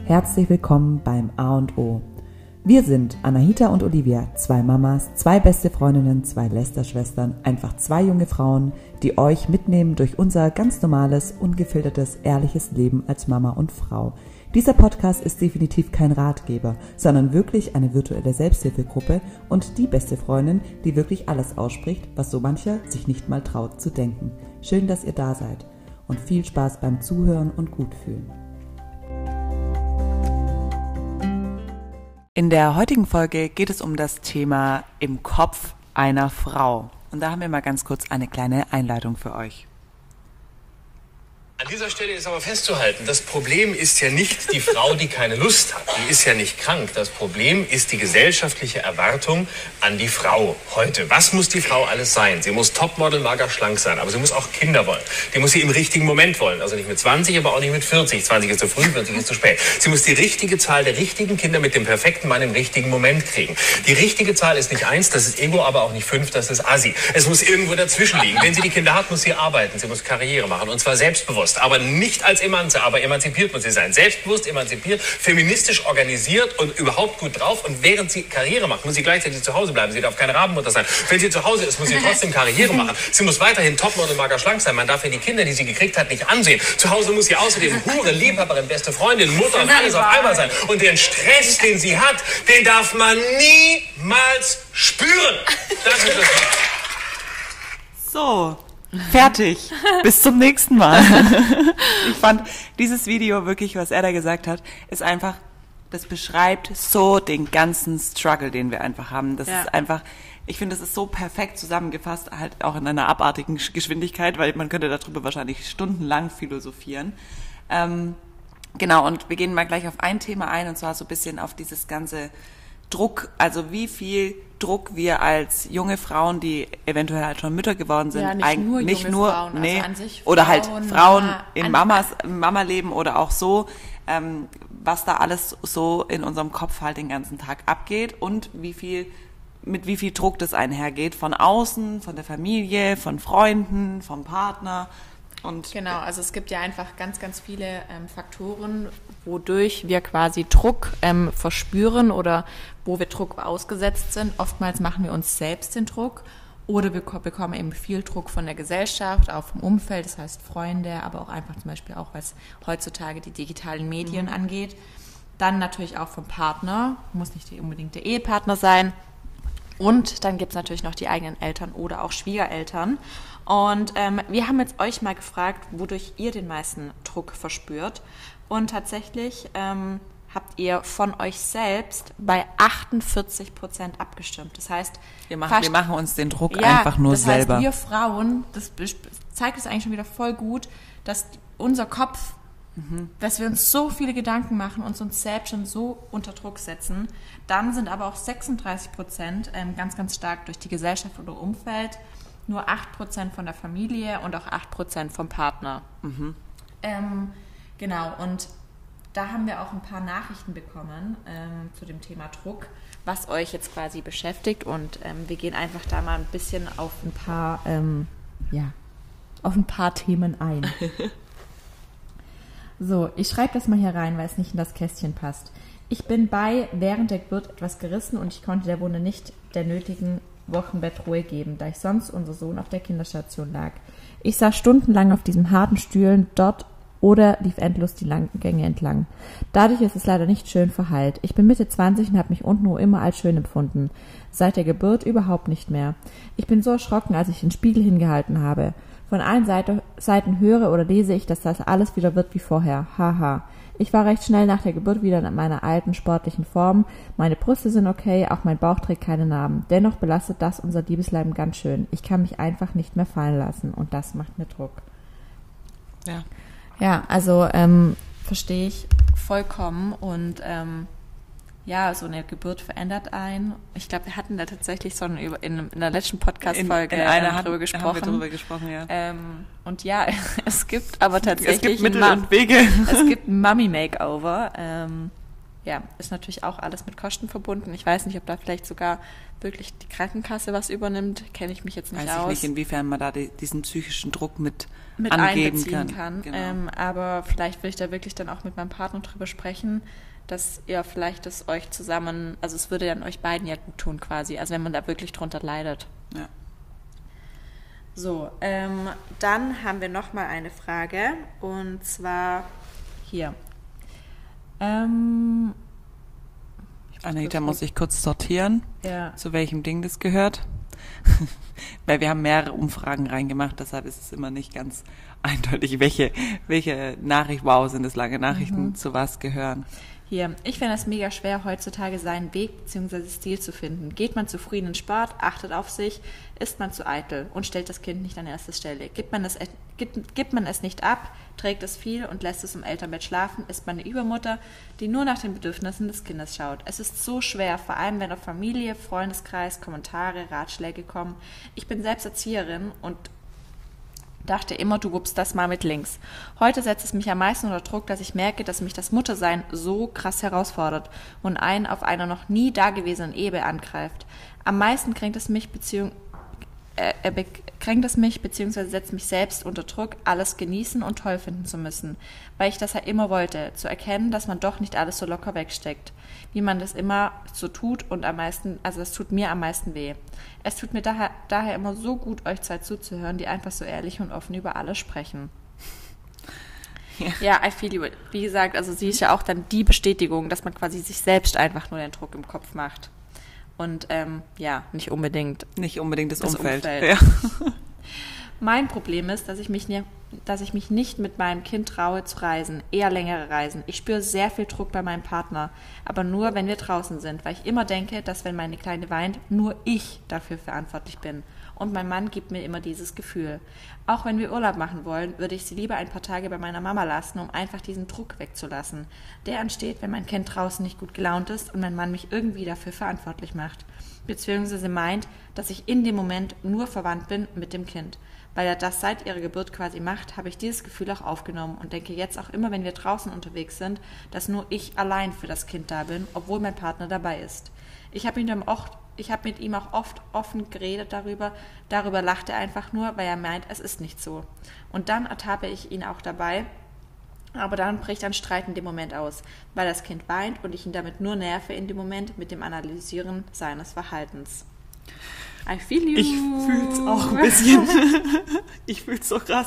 Herzlich willkommen beim A&O. Wir sind Anahita und Olivia, 2 Mamas, 2 beste Freundinnen, 2 Lästerschwestern, einfach 2 junge Frauen, die euch mitnehmen durch unser ganz normales, ungefiltertes, ehrliches Leben als Mama und Frau. Dieser Podcast ist definitiv kein Ratgeber, sondern wirklich eine virtuelle Selbsthilfegruppe und die beste Freundin, die wirklich alles ausspricht, was so mancher sich nicht mal traut zu denken. Schön, dass ihr da seid und viel Spaß beim Zuhören und Gutfühlen. In der heutigen Folge geht es um das Thema im Kopf einer Frau. Und da haben wir mal ganz kurz eine kleine Einleitung für euch. An dieser Stelle ist aber festzuhalten, das Problem ist ja nicht die Frau, die keine Lust hat. Die ist ja nicht krank. Das Problem ist die gesellschaftliche Erwartung an die Frau heute. Was muss die Frau alles sein? Sie muss Topmodel, mager, schlank sein, aber sie muss auch Kinder wollen. Die muss sie im richtigen Moment wollen. Also nicht mit 20, aber auch nicht mit 40. 20 ist zu früh, 40 ist zu spät. Sie muss die richtige Zahl der richtigen Kinder mit dem perfekten Mann im richtigen Moment kriegen. Die richtige Zahl ist nicht 1, das ist Ego, aber auch nicht 5, das ist Assi. Es muss irgendwo dazwischen liegen. Wenn sie die Kinder hat, muss sie arbeiten. Sie muss Karriere machen und zwar selbstbewusst. Aber nicht als Emanze, aber emanzipiert muss sie sein. Selbstbewusst, emanzipiert, feministisch organisiert und überhaupt gut drauf. Und während sie Karriere macht, muss sie gleichzeitig zu Hause bleiben. Sie darf keine Rabenmutter sein. Wenn sie zu Hause ist, muss sie trotzdem Karriere machen. Sie muss weiterhin Topmodel, mager, schlank sein. Man darf ihr die Kinder, die sie gekriegt hat, nicht ansehen. Zu Hause muss sie außerdem Hure, Liebhaberin, beste Freundin, Mutter und alles auf einmal sein. Und den Stress, den sie hat, den darf man niemals spüren. Das ist das. So. Fertig. Bis zum nächsten Mal. Ich fand dieses Video wirklich, was er da gesagt hat, ist einfach, das beschreibt so den ganzen Struggle, den wir einfach haben. Das ist einfach, ich finde, das ist so perfekt zusammengefasst, halt auch in einer abartigen Geschwindigkeit, weil man könnte darüber wahrscheinlich stundenlang philosophieren. Genau, und wir gehen mal gleich auf ein Thema ein, und zwar so ein bisschen auf dieses ganze Druck, also wie viel Druck wir als junge Frauen, die eventuell halt schon Mütter geworden sind, nicht nur Frauen, nee, also an sich oder halt Frauen in Mama, Mama-Leben oder auch so, was da alles so in unserem Kopf halt den ganzen Tag abgeht und mit wie viel Druck das einhergeht, von außen, von der Familie, von Freunden, vom Partner. Und genau, also es gibt ja einfach ganz, ganz viele Faktoren, wodurch wir quasi Druck verspüren oder wo wir Druck ausgesetzt sind. Oftmals machen wir uns selbst den Druck oder wir bekommen eben viel Druck von der Gesellschaft, auch vom Umfeld, das heißt Freunde, aber auch einfach zum Beispiel auch, was heutzutage die digitalen Medien angeht. Dann natürlich auch vom Partner, muss nicht unbedingt der Ehepartner sein. Und dann gibt es natürlich noch die eigenen Eltern oder auch Schwiegereltern. Und wir haben jetzt euch mal gefragt, wodurch ihr den meisten Druck verspürt. Und tatsächlich habt ihr von euch selbst bei 48% abgestimmt. Das heißt, wir machen uns den Druck einfach nur selber. Das heißt, wir Frauen, das zeigt es eigentlich schon wieder voll gut, dass unser Kopf, dass wir uns so viele Gedanken machen und uns selbst schon so unter Druck setzen. Dann sind aber auch 36% ganz, ganz stark durch die Gesellschaft oder Umfeld, nur 8% von der Familie und auch 8% vom Partner. Genau, und da haben wir auch ein paar Nachrichten bekommen zu dem Thema Druck, was euch jetzt quasi beschäftigt. Und wir gehen einfach da mal ein bisschen auf ein paar Themen ein. So, ich schreibe das mal hier rein, weil es nicht in das Kästchen passt. Ich bin während der Geburt etwas gerissen und ich konnte der Wunde nicht der nötigen Wochenbettruhe geben, da ich sonst unser Sohn auf der Kinderstation lag. Ich saß stundenlang auf diesen harten Stühlen dort oder lief endlos die langen Gänge entlang. Dadurch ist es leider nicht schön verheilt. Ich bin Mitte 20 und habe mich untenrum immer als schön empfunden. Seit der Geburt überhaupt nicht mehr. Ich bin so erschrocken, als ich den Spiegel hingehalten habe. Von allen Seiten höre oder lese ich, dass das alles wieder wird wie vorher. Haha. Ich war recht schnell nach der Geburt wieder in meiner alten sportlichen Form. Meine Brüste sind okay, auch mein Bauch trägt keine Narben. Dennoch belastet das unser Liebesleben ganz schön. Ich kann mich einfach nicht mehr fallen lassen und das macht mir Druck. Ja, also verstehe ich vollkommen und so eine Geburt verändert einen. Ich glaube, wir hatten da tatsächlich so in der letzten Podcast-Folge drüber gesprochen. Haben wir drüber gesprochen, ja. Und ja, es gibt aber tatsächlich Mittel und Wege. Es gibt ein Mummy-Makeover. Ja, ist natürlich auch alles mit Kosten verbunden. Ich weiß nicht, ob da vielleicht sogar wirklich die Krankenkasse was übernimmt. Kenne ich mich jetzt nicht aus. Weiß ich nicht, inwiefern man da diesen psychischen Druck mit angeben einbeziehen kann. Genau. Aber vielleicht will ich da wirklich dann auch mit meinem Partner drüber sprechen, dass ihr vielleicht das euch zusammen, also es würde dann euch beiden ja gut tun quasi, also wenn man da wirklich drunter leidet. Ja. So, dann haben wir nochmal eine Frage und zwar hier. Anita muss ich kurz sortieren, zu welchem Ding das gehört. Weil wir haben mehrere Umfragen reingemacht, deshalb ist es immer nicht ganz eindeutig, welche Nachricht, sind das lange Nachrichten, zu was gehören. Hier, ich finde es mega schwer, heutzutage seinen Weg bzw. Stil zu finden. Geht man zufrieden in Sport, achtet auf sich, ist man zu eitel und stellt das Kind nicht an erste Stelle. Gibt man es nicht ab, trägt es viel und lässt es im Elternbett schlafen, ist man eine Übermutter, die nur nach den Bedürfnissen des Kindes schaut. Es ist so schwer, vor allem wenn auf Familie, Freundeskreis, Kommentare, Ratschläge kommen. Ich bin selbst Erzieherin und dachte immer, du wuppst das mal mit links. Heute setzt es mich am meisten unter Druck, dass ich merke, dass mich das Muttersein so krass herausfordert und einen auf einer noch nie dagewesenen Ebene angreift. Am meisten kränkt es mich bzw. setzt mich selbst unter Druck, alles genießen und toll finden zu müssen, weil ich das ja immer wollte, zu erkennen, dass man doch nicht alles so locker wegsteckt, wie man das immer so tut und es tut mir am meisten weh. Es tut mir daher immer so gut, euch zwei zuzuhören, die einfach so ehrlich und offen über alles sprechen. Ja, I feel you. Wie gesagt, also sie ist ja auch dann die Bestätigung, dass man quasi sich selbst einfach nur den Druck im Kopf macht. Und nicht unbedingt das Umfeld. Ja. Mein Problem ist, dass ich mich nicht mit meinem Kind traue zu reisen, eher längere Reisen. Ich spüre sehr viel Druck bei meinem Partner, aber nur, wenn wir draußen sind, weil ich immer denke, dass wenn meine Kleine weint, nur ich dafür verantwortlich bin. Und mein Mann gibt mir immer dieses Gefühl. Auch wenn wir Urlaub machen wollen, würde ich sie lieber ein paar Tage bei meiner Mama lassen, um einfach diesen Druck wegzulassen. Der entsteht, wenn mein Kind draußen nicht gut gelaunt ist und mein Mann mich irgendwie dafür verantwortlich macht. Beziehungsweise meint, dass ich in dem Moment nur verwandt bin mit dem Kind. Weil er das seit ihrer Geburt quasi macht, habe ich dieses Gefühl auch aufgenommen und denke jetzt auch immer, wenn wir draußen unterwegs sind, dass nur ich allein für das Kind da bin, obwohl mein Partner dabei ist. Ich habe mit ihm auch oft offen geredet darüber. Darüber lacht er einfach nur, weil er meint, es ist nicht so. Und dann ertappe ich ihn auch dabei, aber dann bricht ein Streit in dem Moment aus, weil das Kind weint und ich ihn damit nur nerve in dem Moment mit dem Analysieren seines Verhaltens. I feel you. Ich fühl's auch ein bisschen. Ich fühl's so krass.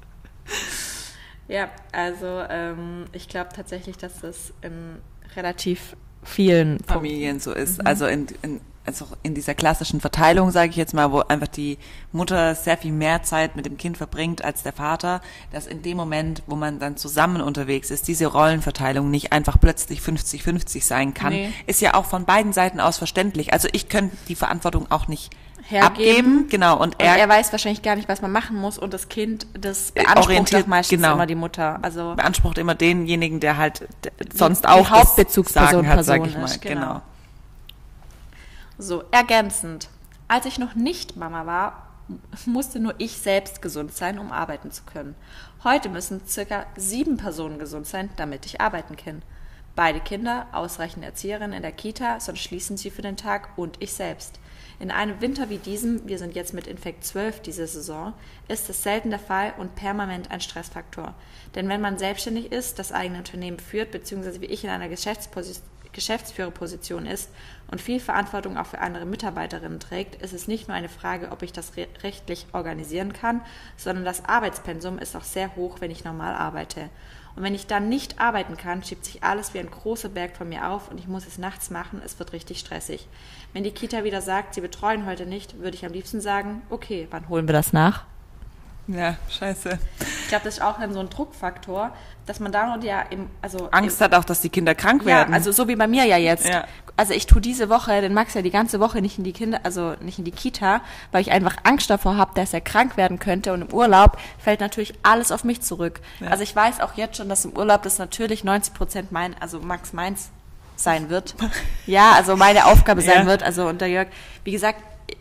Ja, also ich glaube tatsächlich, dass das in relativ vielen Familien so ist. Also in dieser klassischen Verteilung, sage ich jetzt mal, wo einfach die Mutter sehr viel mehr Zeit mit dem Kind verbringt als der Vater, dass in dem Moment, wo man dann zusammen unterwegs ist, diese Rollenverteilung nicht einfach plötzlich 50-50 sein kann, ist ja auch von beiden Seiten aus verständlich. Also ich könnte die Verantwortung auch nicht abgeben. Genau. Und er weiß wahrscheinlich gar nicht, was man machen muss und das Kind, das beansprucht doch meistens immer die Mutter. Also beansprucht immer denjenigen, der halt sonst auch die Hauptbezugsperson hat, sag ich mal. Genau. So, ergänzend. Als ich noch nicht Mama war, musste nur ich selbst gesund sein, um arbeiten zu können. Heute müssen ca. 7 Personen gesund sein, damit ich arbeiten kann. Beide Kinder, ausreichend Erzieherinnen in der Kita, sonst schließen sie für den Tag und ich selbst. In einem Winter wie diesem, wir sind jetzt mit Infekt 12 diese Saison, ist es selten der Fall und permanent ein Stressfaktor. Denn wenn man selbstständig ist, das eigene Unternehmen führt, beziehungsweise wie ich in einer Geschäftsführerposition ist und viel Verantwortung auch für andere Mitarbeiterinnen trägt, ist es nicht nur eine Frage, ob ich das rechtlich organisieren kann, sondern das Arbeitspensum ist auch sehr hoch, wenn ich normal arbeite. Und wenn ich dann nicht arbeiten kann, schiebt sich alles wie ein großer Berg von mir auf und ich muss es nachts machen, es wird richtig stressig. Wenn die Kita wieder sagt, sie betreuen heute nicht, würde ich am liebsten sagen, okay, wann holen wir das nach? Ja, scheiße. Ich glaube, das ist auch dann so ein Druckfaktor, dass man da Angst hat auch, dass die Kinder krank werden. Ja, also so wie bei mir ja jetzt. Ja. Also ich tue diese Woche den Max ja die ganze Woche nicht in die Kita, weil ich einfach Angst davor habe, dass er krank werden könnte und im Urlaub fällt natürlich alles auf mich zurück. Ja. Also ich weiß auch jetzt schon, dass im Urlaub das natürlich 90% Max meins sein wird. Ja, also meine Aufgabe sein wird. Also und der Jörg, wie gesagt,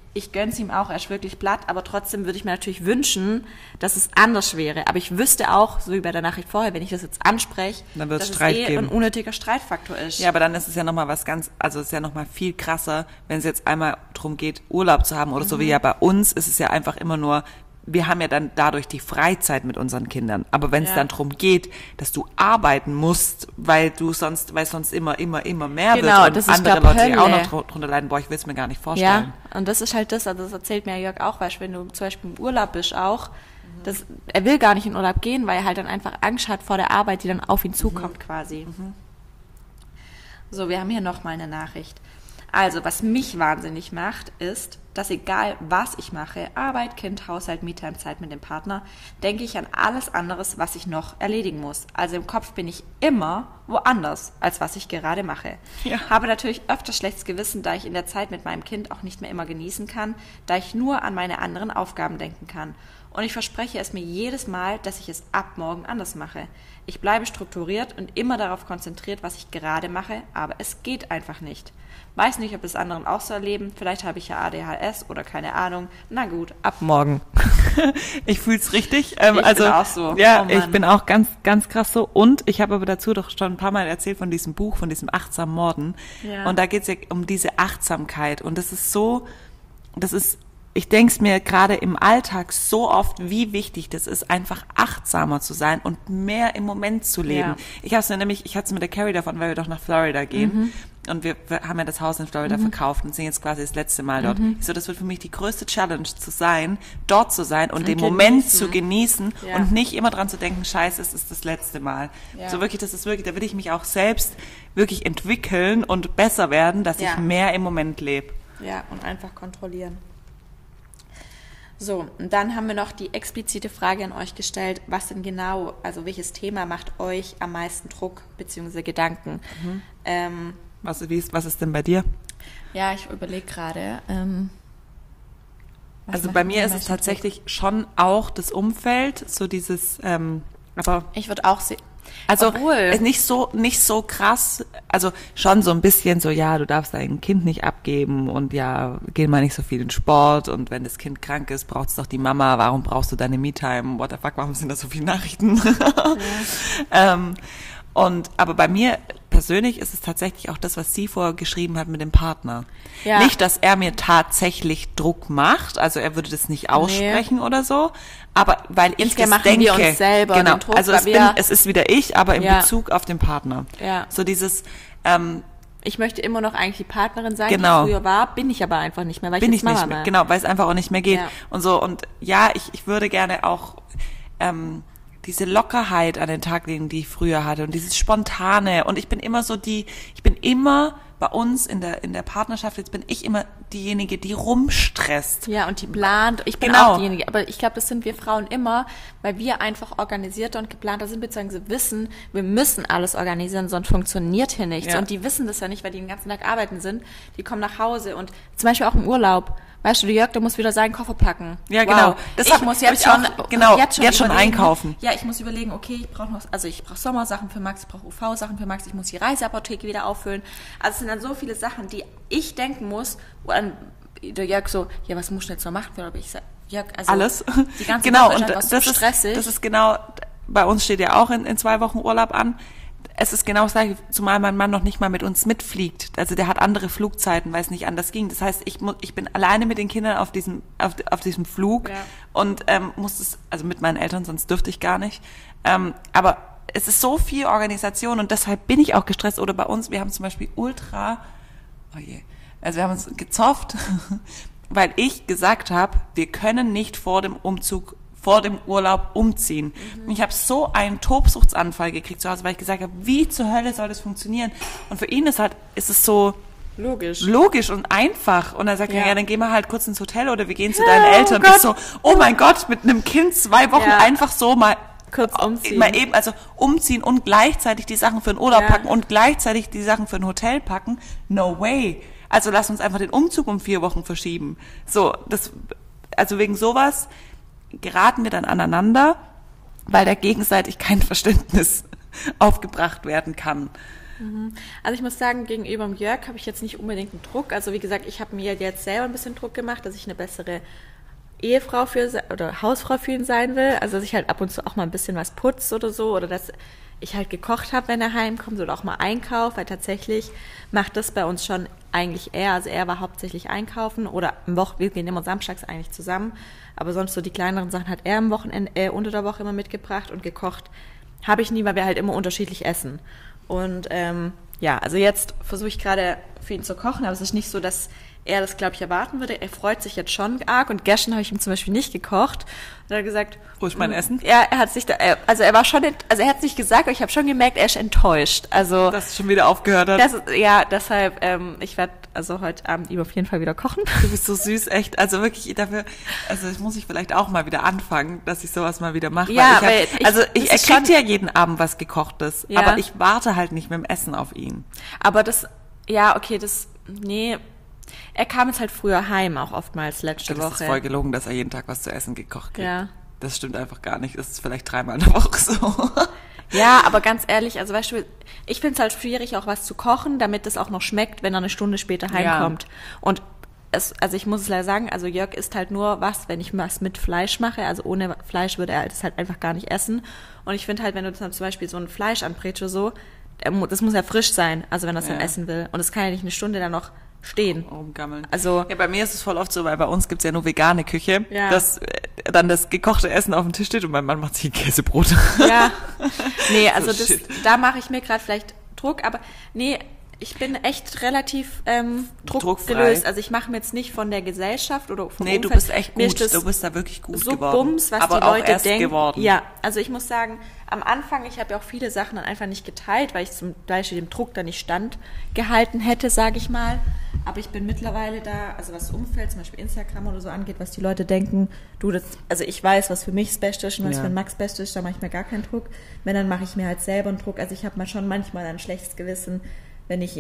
ich gönn's ihm auch, er ist wirklich platt, aber trotzdem würde ich mir natürlich wünschen, dass es anders wäre. Aber ich wüsste auch, so wie bei der Nachricht vorher, wenn ich das jetzt anspreche, dann wird's dass Streit es geben. ein unnötiger Streitfaktor ist. Ja, aber dann ist es ja nochmal es ist ja nochmal viel krasser, wenn es jetzt einmal darum geht, Urlaub zu haben oder so wie ja bei uns, ist es ja einfach immer nur, wir haben ja dann dadurch die Freizeit mit unseren Kindern. Aber wenn es dann darum geht, dass du arbeiten musst, weil sonst immer mehr wird und das ist andere der Leute, die auch Hölle. noch drunter leiden, ich will es mir gar nicht vorstellen. Ja, und das ist halt das, also das erzählt mir Jörg auch, weißt du, wenn du zum Beispiel im Urlaub bist auch, er will gar nicht in Urlaub gehen, weil er halt dann einfach Angst hat vor der Arbeit, die dann auf ihn zukommt quasi. So, wir haben hier nochmal eine Nachricht. Also, was mich wahnsinnig macht, ist, dass egal was ich mache, Arbeit, Kind, Haushalt, Me-Time, Zeit mit dem Partner, denke ich an alles anderes, was ich noch erledigen muss. Also im Kopf bin ich immer woanders, als was ich gerade mache. Ja. Habe natürlich öfter schlechtes Gewissen, da ich in der Zeit mit meinem Kind auch nicht mehr immer genießen kann, da ich nur an meine anderen Aufgaben denken kann. Und ich verspreche es mir jedes Mal, dass ich es ab morgen anders mache. Ich bleibe strukturiert und immer darauf konzentriert, was ich gerade mache, aber es geht einfach nicht. Weiß nicht, ob es anderen auch so erleben. Vielleicht habe ich ja ADHS oder keine Ahnung. Na gut, ab morgen. Ich fühl's richtig. Ich bin auch so. Ja, Oh Mann. ich bin auch ganz, ganz krass so. Und ich habe aber dazu doch schon ein paar Mal erzählt von diesem Buch, von diesem achtsamen Morden. Ja. Und da geht's ja um diese Achtsamkeit. Und ich denke es mir gerade im Alltag so oft, wie wichtig das ist, einfach achtsamer zu sein und mehr im Moment zu leben. Ja. Ich hatte es mit der Carrie davon, weil wir doch nach Florida gehen. Und wir haben ja das Haus in Florida verkauft und sind jetzt quasi das letzte Mal dort. Ich so, das wird für mich die größte Challenge dort zu sein und den Moment zu genießen und nicht immer dran zu denken, scheiße, es ist das letzte Mal. Ja. So wirklich, da will ich mich auch selbst wirklich entwickeln und besser werden, dass ich mehr im Moment lebe. Ja, und einfach kontrollieren. So, und dann haben wir noch die explizite Frage an euch gestellt, was denn genau, also welches Thema macht euch am meisten Druck bzw. Gedanken? Was ist denn bei dir? Ja, ich überlege gerade. Also bei mir ist es tatsächlich schon auch das Umfeld, so dieses, aber Ich würde auch sehen. also Obwohl- nicht so krass, also schon so ein bisschen so, ja, du darfst dein Kind nicht abgeben und ja, geh mal nicht so viel in Sport und wenn das Kind krank ist, braucht es doch die Mama, warum brauchst du deine Me-Time, what the fuck, warum sind da so viele Nachrichten? Aber bei mir persönlich ist es tatsächlich auch das, was sie vorher geschrieben hat mit dem Partner. Ja. Nicht, dass er mir tatsächlich Druck macht, also er würde das nicht aussprechen oder so, aber weil ich das machen denke. wir uns selber genau, den Druck, also weil es ist wieder ich, aber in Ja. Bezug auf den Partner. Ja. So dieses, Ich möchte immer noch eigentlich die Partnerin sein, Genau. die früher war, bin ich aber einfach nicht mehr, weil bin ich ich jetzt Mama nicht mehr, bin. genau, weil es einfach auch nicht mehr geht Ja. und so und ja, ich würde gerne auch diese Lockerheit an den Tag legen, die ich früher hatte und dieses Spontane und ich bin immer bei uns in der Partnerschaft, jetzt bin ich immer diejenige, die rumstresst. Ja, und die plant. Ich bin Genau. auch diejenige. Aber ich glaube, das sind wir Frauen immer, weil wir einfach organisierter und geplanter sind, beziehungsweise wissen, wir müssen alles organisieren, sonst funktioniert hier nichts. Ja. Und die wissen das ja nicht, weil die den ganzen Tag arbeiten sind. Die kommen nach Hause und zum Beispiel auch im Urlaub. Weißt du, Jörg, der muss wieder seinen Koffer packen. Ja, genau. Das Ich muss hab jetzt ich auch- schon, genau, jetzt schon überlegen. einkaufen. Ja, ich muss überlegen, okay, ich brauche Sommersachen für Max, ich brauche UV-Sachen für Max, ich muss die Reiseapotheke wieder auffüllen. Also es sind dann so viele Sachen, die ich denken muss, wo dann der Jörg so, ja, was muss ich jetzt noch machen? Aber ich sage, Jörg, also Alles. die ganze Genau, Woche ist und einfach so stressig. das ist genau, bei uns steht ja auch in 2 Wochen Urlaub an. Es ist genau das Gleiche, zumal mein Mann noch nicht mal mit uns mitfliegt. Also der hat andere Flugzeiten, weil es nicht anders ging. Das heißt, ich bin alleine mit den Kindern auf diesem Flug Ja. und muss es, also mit meinen Eltern, sonst dürfte ich gar nicht. Aber es ist so viel Organisation und deshalb bin ich auch gestresst. Oder bei uns, wir haben zum Beispiel also wir haben uns gezofft, weil ich gesagt habe, wir können nicht vor dem Urlaub umziehen. Und ich habe so einen Tobsuchtsanfall gekriegt zu Hause, weil ich gesagt habe, wie zur Hölle soll das funktionieren? Und für ihn ist es so logisch und einfach. Und er sagt, Ja. ja, dann gehen wir halt kurz ins Hotel oder wir gehen zu deinen Eltern. Und ich so, oh mein Gott, mit einem Kind 2 Wochen Ja. einfach so mal Kurz umziehen. Mal eben, also umziehen und gleichzeitig die Sachen für den Urlaub Ja. packen und gleichzeitig die Sachen für ein Hotel packen. No way. Also lass uns einfach den Umzug um 4 Wochen verschieben. So, also wegen sowas geraten wir dann aneinander, weil da gegenseitig kein Verständnis aufgebracht werden kann. Also ich muss sagen, gegenüber dem Jörg habe ich jetzt nicht unbedingt einen Druck. Also wie gesagt, ich habe mir jetzt selber ein bisschen Druck gemacht, dass ich eine bessere Ehefrau oder Hausfrau für ihn sein will. Also dass ich halt ab und zu auch mal ein bisschen was putze oder so. Oder dass ich halt gekocht habe, wenn er heimkommt oder auch mal einkauft. Weil tatsächlich macht das bei uns schon eigentlich er. Also er war hauptsächlich einkaufen oder wir gehen immer samstags eigentlich zusammen. Aber sonst so die kleineren Sachen hat er am Wochenende, unter der Woche immer mitgebracht und gekocht. Habe ich nie, weil wir halt immer unterschiedlich essen. Und also jetzt versuche ich gerade für ihn zu kochen, aber es ist nicht so, dass er das, glaube ich, erwarten würde. Er freut sich jetzt schon arg und gestern habe ich ihm zum Beispiel nicht gekocht. Und er hat gesagt, wo ist mein Essen? Ja, er hat sich er war schon, er hat es nicht gesagt, aber ich habe schon gemerkt, er ist enttäuscht. Also, dass es schon wieder aufgehört hat. Deshalb, ich werde also heute Abend ihm auf jeden Fall wieder kochen. Du bist so süß, echt. Also wirklich dafür, das muss ich vielleicht auch mal wieder anfangen, dass ich sowas mal wieder mache. Ja, er kriegt ja jeden Abend was Gekochtes, ja. Aber ich warte halt nicht mit dem Essen auf ihn. Aber er kam jetzt halt früher heim, auch oftmals letzte Woche. Das ist voll gelogen, dass er jeden Tag was zu essen gekocht kriegt. Ja. Das stimmt einfach gar nicht. Das ist vielleicht 3-mal in der Woche so. Ja, aber ganz ehrlich, also weißt du, ich finde es halt schwierig, auch was zu kochen, damit es auch noch schmeckt, wenn er eine Stunde später heimkommt. Ja. Und ich muss es leider sagen, also Jörg isst halt nur was, wenn ich was mit Fleisch mache. Also ohne Fleisch würde er das halt einfach gar nicht essen. Und ich finde halt, wenn du dann zum Beispiel so ein Fleisch anbrätst oder so, das muss ja frisch sein, also wenn er es dann essen will. Und es kann ja nicht eine Stunde dann noch stehen. Rumgammeln. Also, ja, bei mir ist es voll oft so, weil bei uns gibt's ja nur vegane Küche, ja. Dass dann das gekochte Essen auf dem Tisch steht und mein Mann macht sich ein Käsebrot. Ja. Nee, also da mache ich mir gerade vielleicht Druck, aber nee, ich bin echt relativ druckgelöst. Also ich mache mir jetzt nicht von der Gesellschaft oder vom Umfeld. Du bist echt gut. Du bist da wirklich gut so geworden. Bums, was aber die Leute auch erst denken. Geworden. Ja, also ich muss sagen, am Anfang, ich habe ja auch viele Sachen dann einfach nicht geteilt, weil ich zum Beispiel dem Druck da nicht standgehalten hätte, sage ich mal. Aber ich bin mittlerweile da, also was das Umfeld, zum Beispiel Instagram oder so angeht, was die Leute denken, also ich weiß, was für mich das Beste ist und was für Max das Beste ist, da mache ich mir gar keinen Druck. Wenn, dann mache ich mir halt selber einen Druck. Also ich habe mal schon manchmal ein schlechtes Gewissen, wenn ich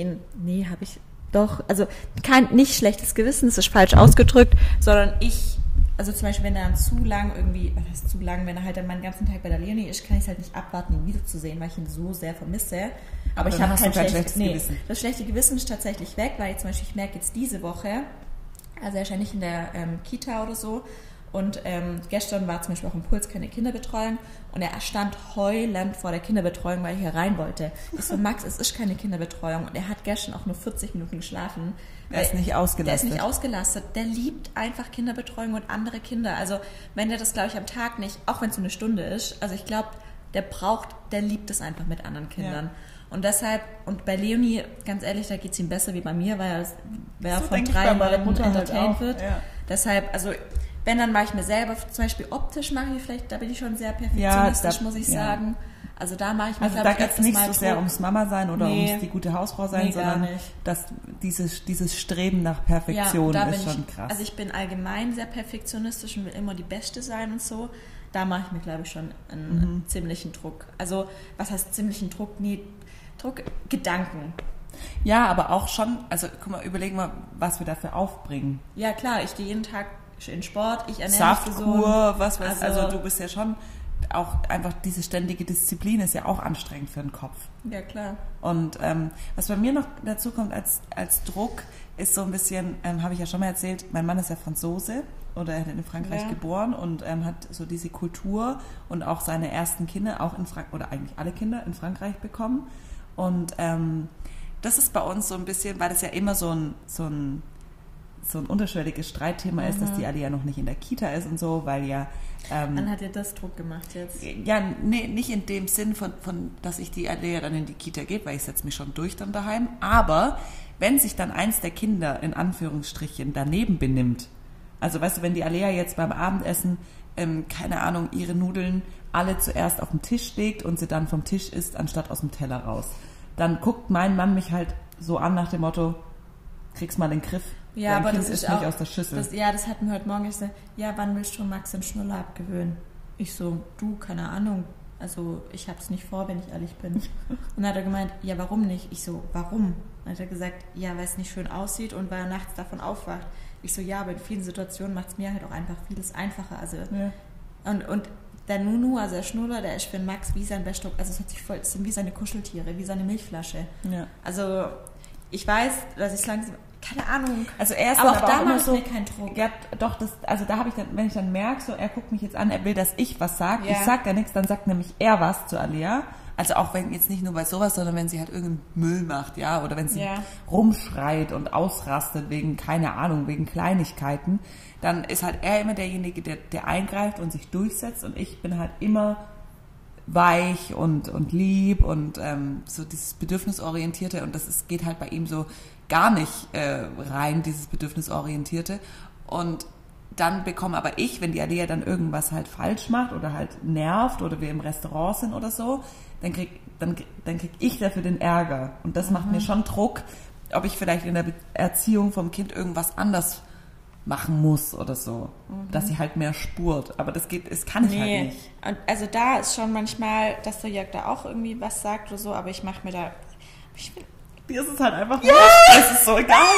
nicht schlechtes Gewissen, das ist falsch ausgedrückt, sondern also zum Beispiel, wenn er dann zu lang irgendwie, wenn er halt dann meinen ganzen Tag bei der Leonie ist, kann ich es halt nicht abwarten, ihn wiederzusehen, weil ich ihn so sehr vermisse. Aber ich habe kein schlechtes Gewissen. Das schlechte Gewissen ist tatsächlich weg, weil ich merke jetzt diese Woche, also er ist ja nicht in der Kita oder so, und gestern war zum Beispiel auch im Puls keine Kinderbetreuung und er stand heulend vor der Kinderbetreuung, weil er hier rein wollte. Ich so, Max, es ist keine Kinderbetreuung, und er hat gestern auch nur 40 Minuten geschlafen. Er ist nicht ausgelastet. Der liebt einfach Kinderbetreuung und andere Kinder. Also wenn der das, glaube ich, am Tag nicht, auch wenn es so eine Stunde ist, also ich glaube, der liebt es einfach mit anderen Kindern. Ja. Und deshalb, und bei Leonie, ganz ehrlich, da geht es ihm besser wie bei mir, weil er von 3 Leuten entertained wird. Ja. Deshalb, also wenn, dann mache ich mir selber, zum Beispiel optisch mache ich vielleicht, da bin ich schon sehr perfektionistisch, muss ich sagen. Also da mache ich mir, da geht es nicht so sehr ums Mama sein oder ums die gute Hausfrau sein, sondern dass dieses Streben nach Perfektion ist schon krass. Also ich bin allgemein sehr perfektionistisch und will immer die Beste sein und so. Da mache ich mir, glaube ich, schon einen ziemlichen Druck. Also was heißt ziemlichen Druck? Nee, Gedanken. Ja, aber auch schon, also guck mal, überleg mal, was wir dafür aufbringen. Ja klar, ich gehe jeden Tag in Sport, ich ernähre Saftkur, was weiß, also du bist ja schon auch einfach, diese ständige Disziplin ist ja auch anstrengend für den Kopf. Ja, klar. Und was bei mir noch dazu kommt als Druck, ist so ein bisschen, habe ich ja schon mal erzählt, mein Mann ist ja Franzose oder er hat in Frankreich geboren und hat so diese Kultur und auch seine ersten Kinder auch oder eigentlich alle Kinder in Frankreich bekommen. Und das ist bei uns so ein bisschen, weil das ja immer so ein unterschwelliges Streitthema ist, dass die alle ja noch nicht in der Kita ist und so, weil ja... Dann hat ihr das Druck gemacht jetzt? Ja, nee, nicht in dem Sinn von dass ich die Alea dann in die Kita gebe, weil ich setze mich schon durch dann daheim, aber wenn sich dann eins der Kinder in Anführungsstrichen daneben benimmt, also weißt du, wenn die Alea jetzt beim Abendessen, keine Ahnung, ihre Nudeln alle zuerst auf den Tisch legt und sie dann vom Tisch isst, anstatt aus dem Teller raus, dann guckt mein Mann mich halt so an nach dem Motto, krieg's mal in den Griff. Ja, aber das ist auch, nicht aus der Schüssel. Das hatten wir heute Morgen. Ich so, ja, wann willst du Max den Schnuller abgewöhnen? Ich so, keine Ahnung. Also ich habe es nicht vor, wenn ich ehrlich bin. Und dann hat er gemeint, ja, warum nicht? Ich so, warum? Dann hat er gesagt, ja, weil es nicht schön aussieht und weil er nachts davon aufwacht. Ich so, ja, aber in vielen Situationen macht es mir halt auch einfach vieles einfacher. Also und der Nunu, also der Schnuller, der ist für den Max wie sein Bester, also es hört sich voll, das sind wie seine Kuscheltiere, wie seine Milchflasche. Ja. Also ich weiß, dass ich es langsam, keine Ahnung. Also er ist aber dann auch da immer macht so, mir keinen Druck. Ja, doch, also da habe ich dann, wenn ich dann merke, so er guckt mich jetzt an, er will, dass ich was sage, Ja. ich sag ja nichts, dann sagt nämlich er was zu Alia. Also auch wenn jetzt nicht nur bei sowas, sondern wenn sie halt irgendeinen Müll macht, ja, oder wenn sie rumschreit und ausrastet wegen, keine Ahnung, wegen Kleinigkeiten, dann ist halt er immer derjenige, der eingreift und sich durchsetzt und ich bin halt immer weich und lieb und so dieses Bedürfnisorientierte und geht halt bei ihm so gar nicht rein, dieses Bedürfnisorientierte. Und dann bekomme aber ich, wenn die Alia dann irgendwas halt falsch macht oder halt nervt oder wir im Restaurant sind oder so, dann krieg ich dafür den Ärger. Und das macht mir schon Druck, ob ich vielleicht in der Erziehung vom Kind irgendwas anders machen muss oder so, dass sie halt mehr spurt. Aber das kann ich halt nicht. Und also da ist schon manchmal, dass der Jörg da auch irgendwie was sagt oder so, aber ich mache mir da... Dir ist es halt einfach wurscht. Das ist so egal.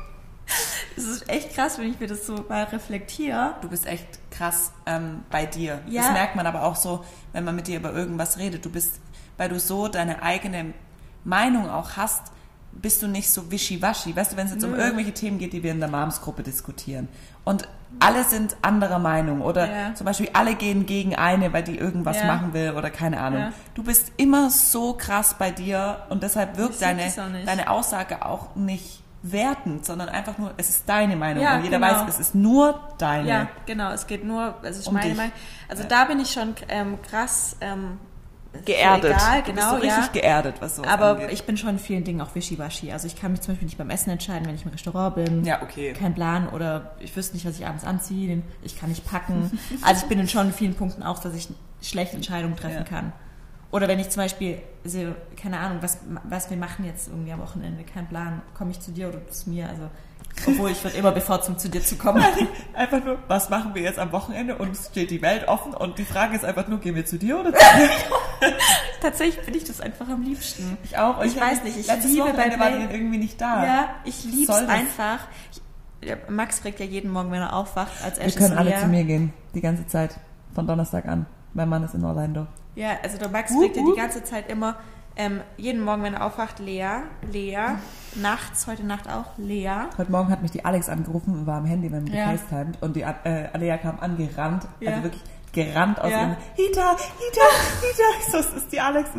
Es ist echt krass, wenn ich mir das so mal reflektiere. Du bist echt krass bei dir. Ja. Das merkt man aber auch so, wenn man mit dir über irgendwas redet. Du bist, weil du so deine eigene Meinung auch hast, bist du nicht so wischiwaschi. Weißt du, wenn es jetzt um irgendwelche Themen geht, die wir in der Moms-Gruppe diskutieren und alle sind anderer Meinung oder zum Beispiel alle gehen gegen eine, weil die irgendwas machen will oder keine Ahnung. Ja. Du bist immer so krass bei dir und deshalb wirkt deine Aussage auch nicht wertend, sondern einfach nur, es ist deine Meinung und jeder weiß, es ist nur deine. Ja, genau, es geht nur, es ist meine dich. Meinung. Also da bin ich schon krass geerdet. Egal, du genau, bist so richtig geerdet, was sowas aber angeht. Ich bin schon in vielen Dingen auch wischiwaschi. Also ich kann mich zum Beispiel nicht beim Essen entscheiden, wenn ich im Restaurant bin. Ja, okay. Kein Plan oder ich wüsste nicht, was ich abends anziehe. Ich kann nicht packen. Also ich bin in schon in vielen Punkten auch, dass ich schlechte Entscheidungen treffen kann. Oder wenn ich zum Beispiel, also, keine Ahnung, was wir machen jetzt irgendwie am Wochenende, kein Plan, komme ich zu dir oder du zu mir, also obwohl ich würde immer bevorzugen, zu dir zu kommen. Einfach nur, was machen wir jetzt am Wochenende und es steht die Welt offen und die Frage ist einfach nur, gehen wir zu dir oder zu mir? Tatsächlich bin ich das einfach am liebsten. Ich auch. Ich weiß nicht, ich letztes liebe Wochenende bei war die irgendwie nicht da. Ja, ich liebe es einfach. Max fragt ja jeden Morgen, wenn er aufwacht, als erstes. Wir können alle zu mir gehen, die ganze Zeit, von Donnerstag an. Mein Mann ist in Orlando. Ja, also der Max fragt ja die ganze Zeit immer, jeden Morgen, wenn er aufwacht, Lea, nachts, heute Nacht auch, Lea. Heute Morgen hat mich die Alex angerufen und war am Handy, wenn wir gefacetimed und die Alea kam angerannt, also wirklich gerannt aus ihrem Hita. Ich so, es ist die Alex.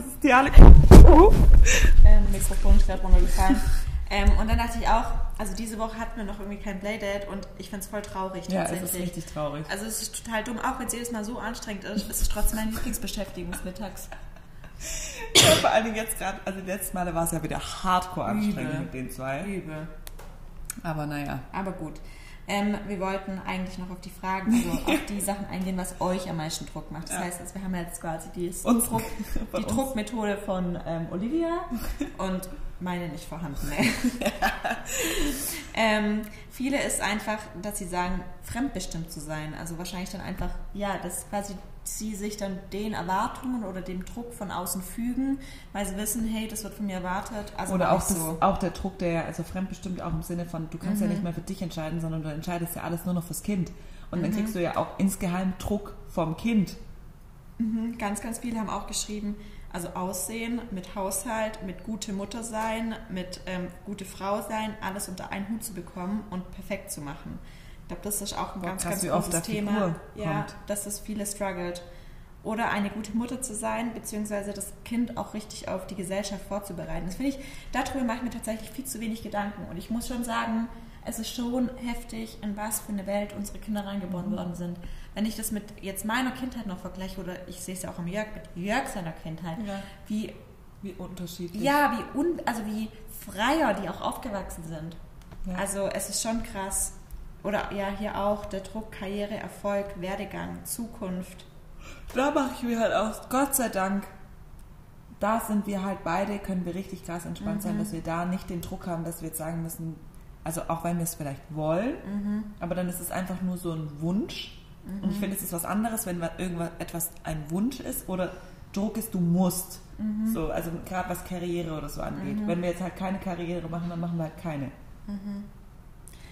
Mikrofon ist gerade runtergefallen. Und dann dachte ich auch, also diese Woche hatten wir noch irgendwie kein Playdate und ich finde es voll traurig tatsächlich. Ja, es ist richtig traurig. Also es ist total dumm, auch wenn es jedes Mal so anstrengend ist, ist es trotzdem meine Lieblingsbeschäftigung mittags. Ja, vor allen Dingen jetzt gerade, also die letzten Male war es ja wieder hardcore anstrengend mit den zwei. Übel. Aber naja. Aber gut. Wir wollten eigentlich noch auf die Fragen, also auf die Sachen eingehen, was euch am meisten Druck macht. Das heißt, also wir haben jetzt quasi die Druckmethode von Olivia und meine nicht vorhanden. Viele ist einfach, dass sie sagen, fremdbestimmt zu sein. Also wahrscheinlich dann einfach, dass quasi sie sich dann den Erwartungen oder dem Druck von außen fügen, weil sie wissen, hey, das wird von mir erwartet. Also oder auch der Druck, der also fremdbestimmt auch im Sinne von, du kannst ja nicht mehr für dich entscheiden, sondern du entscheidest ja alles nur noch fürs Kind. Und dann kriegst du ja auch insgeheim Druck vom Kind. Ganz, ganz viele haben auch geschrieben, also Aussehen, mit Haushalt, mit gute Mutter sein, mit gute Frau sein, alles unter einen Hut zu bekommen und perfekt zu machen. Ich glaube, das ist auch ein ganz, ganz großes Thema, dass das viele struggelt. Oder eine gute Mutter zu sein, beziehungsweise das Kind auch richtig auf die Gesellschaft vorzubereiten. Das finde ich, darüber mache ich mir tatsächlich viel zu wenig Gedanken. Und ich muss schon sagen, es ist schon heftig, in was für eine Welt unsere Kinder reingeboren worden sind. Wenn ich das mit jetzt meiner Kindheit noch vergleiche, oder ich sehe es ja auch am Jörg, mit Jörg seiner Kindheit, wie unterschiedlich. Ja, wie freier die auch aufgewachsen sind. Ja. Also es ist schon krass. Oder hier auch der Druck, Karriere, Erfolg, Werdegang, Zukunft. Da mache ich mir halt aus, Gott sei Dank, da sind wir halt beide, können wir richtig krass entspannt sein, dass wir da nicht den Druck haben, dass wir jetzt sagen müssen, also auch wenn wir es vielleicht wollen, aber dann ist es einfach nur so ein Wunsch. Und ich finde, es ist was anderes, wenn etwas ein Wunsch ist oder Druck ist, du musst. So, also gerade was Karriere oder so angeht. Wenn wir jetzt halt keine Karriere machen, dann machen wir halt keine.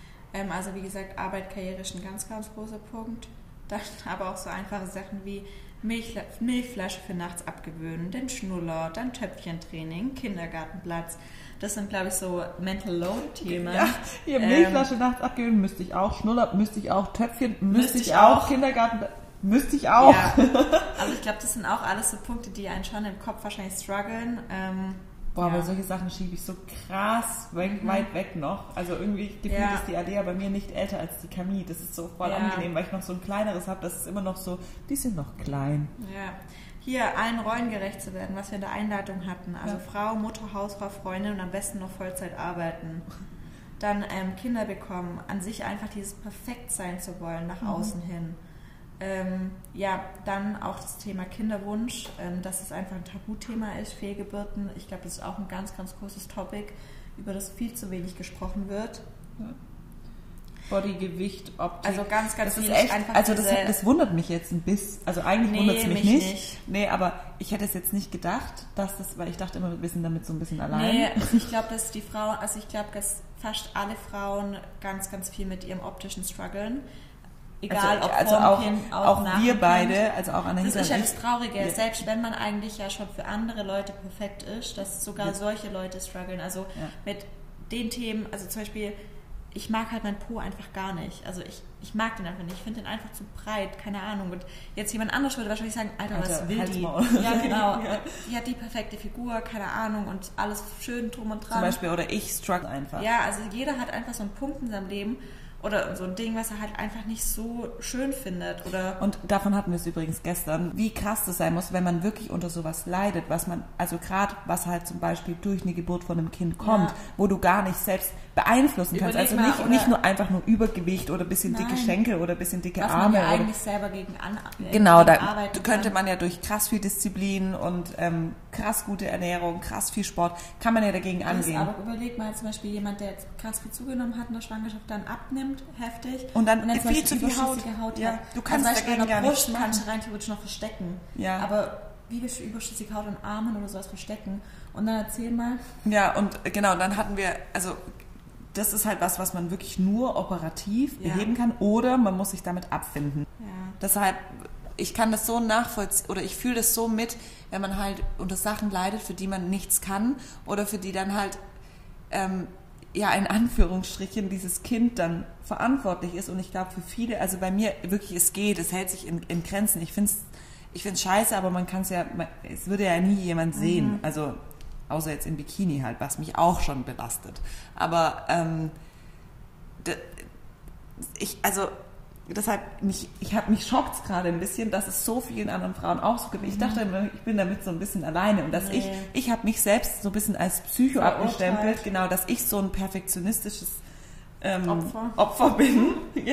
Also wie gesagt, Arbeit, Karriere ist ein ganz, ganz großer Punkt. Dann aber auch so einfache Sachen wie Milchflasche für nachts abgewöhnen, den Schnuller, dann Töpfchentraining, Kindergartenplatz. Das sind, glaube ich, so Mental Load-Themen. Ja, hier Milchflasche nachts abgewöhnen müsste ich auch, Schnuller müsste ich auch, Töpfchen müsste ich auch, Kindergartenplatz müsste ich auch. Ja. Also ich glaube, das sind auch alles so Punkte, die einen schon im Kopf wahrscheinlich strugglen. Aber solche Sachen schiebe ich so krass weit weg noch. Also irgendwie gefühlt ist die Alea bei mir nicht älter als die Camille. Das ist so voll angenehm, weil ich noch so ein kleineres habe. Das ist immer noch so, die sind noch klein. Ja. Hier allen Rollen gerecht zu werden, was wir in der Einleitung hatten. Also Frau, Mutter, Hausfrau, Freundin und am besten noch Vollzeit arbeiten. Dann Kinder bekommen, an sich einfach dieses perfekt sein zu wollen, nach außen hin. Dann auch das Thema Kinderwunsch, dass es einfach ein Tabuthema ist, Fehlgeburten. Ich glaube, das ist auch ein ganz, ganz großes Topic, über das viel zu wenig gesprochen wird. Ja. Bodygewicht, Optik. Also ganz, ganz das wenig. Ist echt, also das wundert mich jetzt ein bisschen. Also eigentlich wundert es mich nicht. Nee, aber ich hätte es jetzt nicht gedacht, weil ich dachte immer, wir sind damit so ein bisschen allein. Nee, ich glaube, dass die Frauen, also ich glaube, dass fast alle Frauen ganz, ganz viel mit ihrem optischen strugglen. Egal, ob auch wir beide, also auch Anahita. Das ist ja das Traurige, selbst wenn man eigentlich ja schon für andere Leute perfekt ist, dass sogar solche Leute strugglen. Also mit den Themen, also zum Beispiel, ich mag halt meinen Po einfach gar nicht. Also ich mag den einfach nicht. Ich finde den einfach zu breit, keine Ahnung. Und jetzt jemand anderes würde wahrscheinlich sagen, Alter, was will die? Ja, genau. Die hat die perfekte Figur, keine Ahnung, und alles schön drum und dran. Zum Beispiel, oder ich struggle einfach. Ja, also jeder hat einfach so einen Punkt in seinem Leben, oder so ein Ding, was er halt einfach nicht so schön findet. Und davon hatten wir es übrigens gestern, wie krass das sein muss, wenn man wirklich unter sowas leidet, also gerade was halt zum Beispiel durch eine Geburt von einem Kind kommt, wo du gar nicht selbst beeinflussen kannst. Also nicht nur einfach nur Übergewicht oder ein bisschen dicke Schenkel oder ein bisschen dicke was Arme. Man ja eigentlich selber gegen genau, da könnte man ja durch krass viel Disziplin und krass gute Ernährung, krass viel Sport, kann man ja dagegen angehen. Aber überleg mal zum Beispiel jemand, der jetzt krass viel zugenommen hat in der Schwangerschaft, dann abnimmt, heftig. Und dann viel zu viel Haut ja, du kannst also dagegen gar Brust nicht kannst du rein theoretisch noch verstecken. Ja. Aber wie willst du überschüssige Haut an Armen oder sowas verstecken? Und dann erzähl mal. Ja, und genau, dann hatten wir, also das ist halt was man wirklich nur operativ beheben kann oder man muss sich damit abfinden. Ja. Deshalb, ich kann das so nachvollziehen oder ich fühle das so mit, wenn man halt unter Sachen leidet, für die man nichts kann oder für die dann halt in Anführungsstrichen dieses Kind dann verantwortlich ist. Und ich glaube für viele, also bei mir wirklich, es hält sich in Grenzen. Ich finde es scheiße, aber man kann es ja, es würde ja nie jemand sehen. Also außer jetzt im Bikini halt, was mich auch schon belastet. Aber deshalb, mich schockt es gerade ein bisschen, dass es so vielen anderen Frauen auch so gibt. Ich dachte immer, ich bin damit so ein bisschen alleine und dass ich habe mich selbst so ein bisschen als Psycho abgestempelt, genau, dass ich so ein perfektionistisches Opfer bin,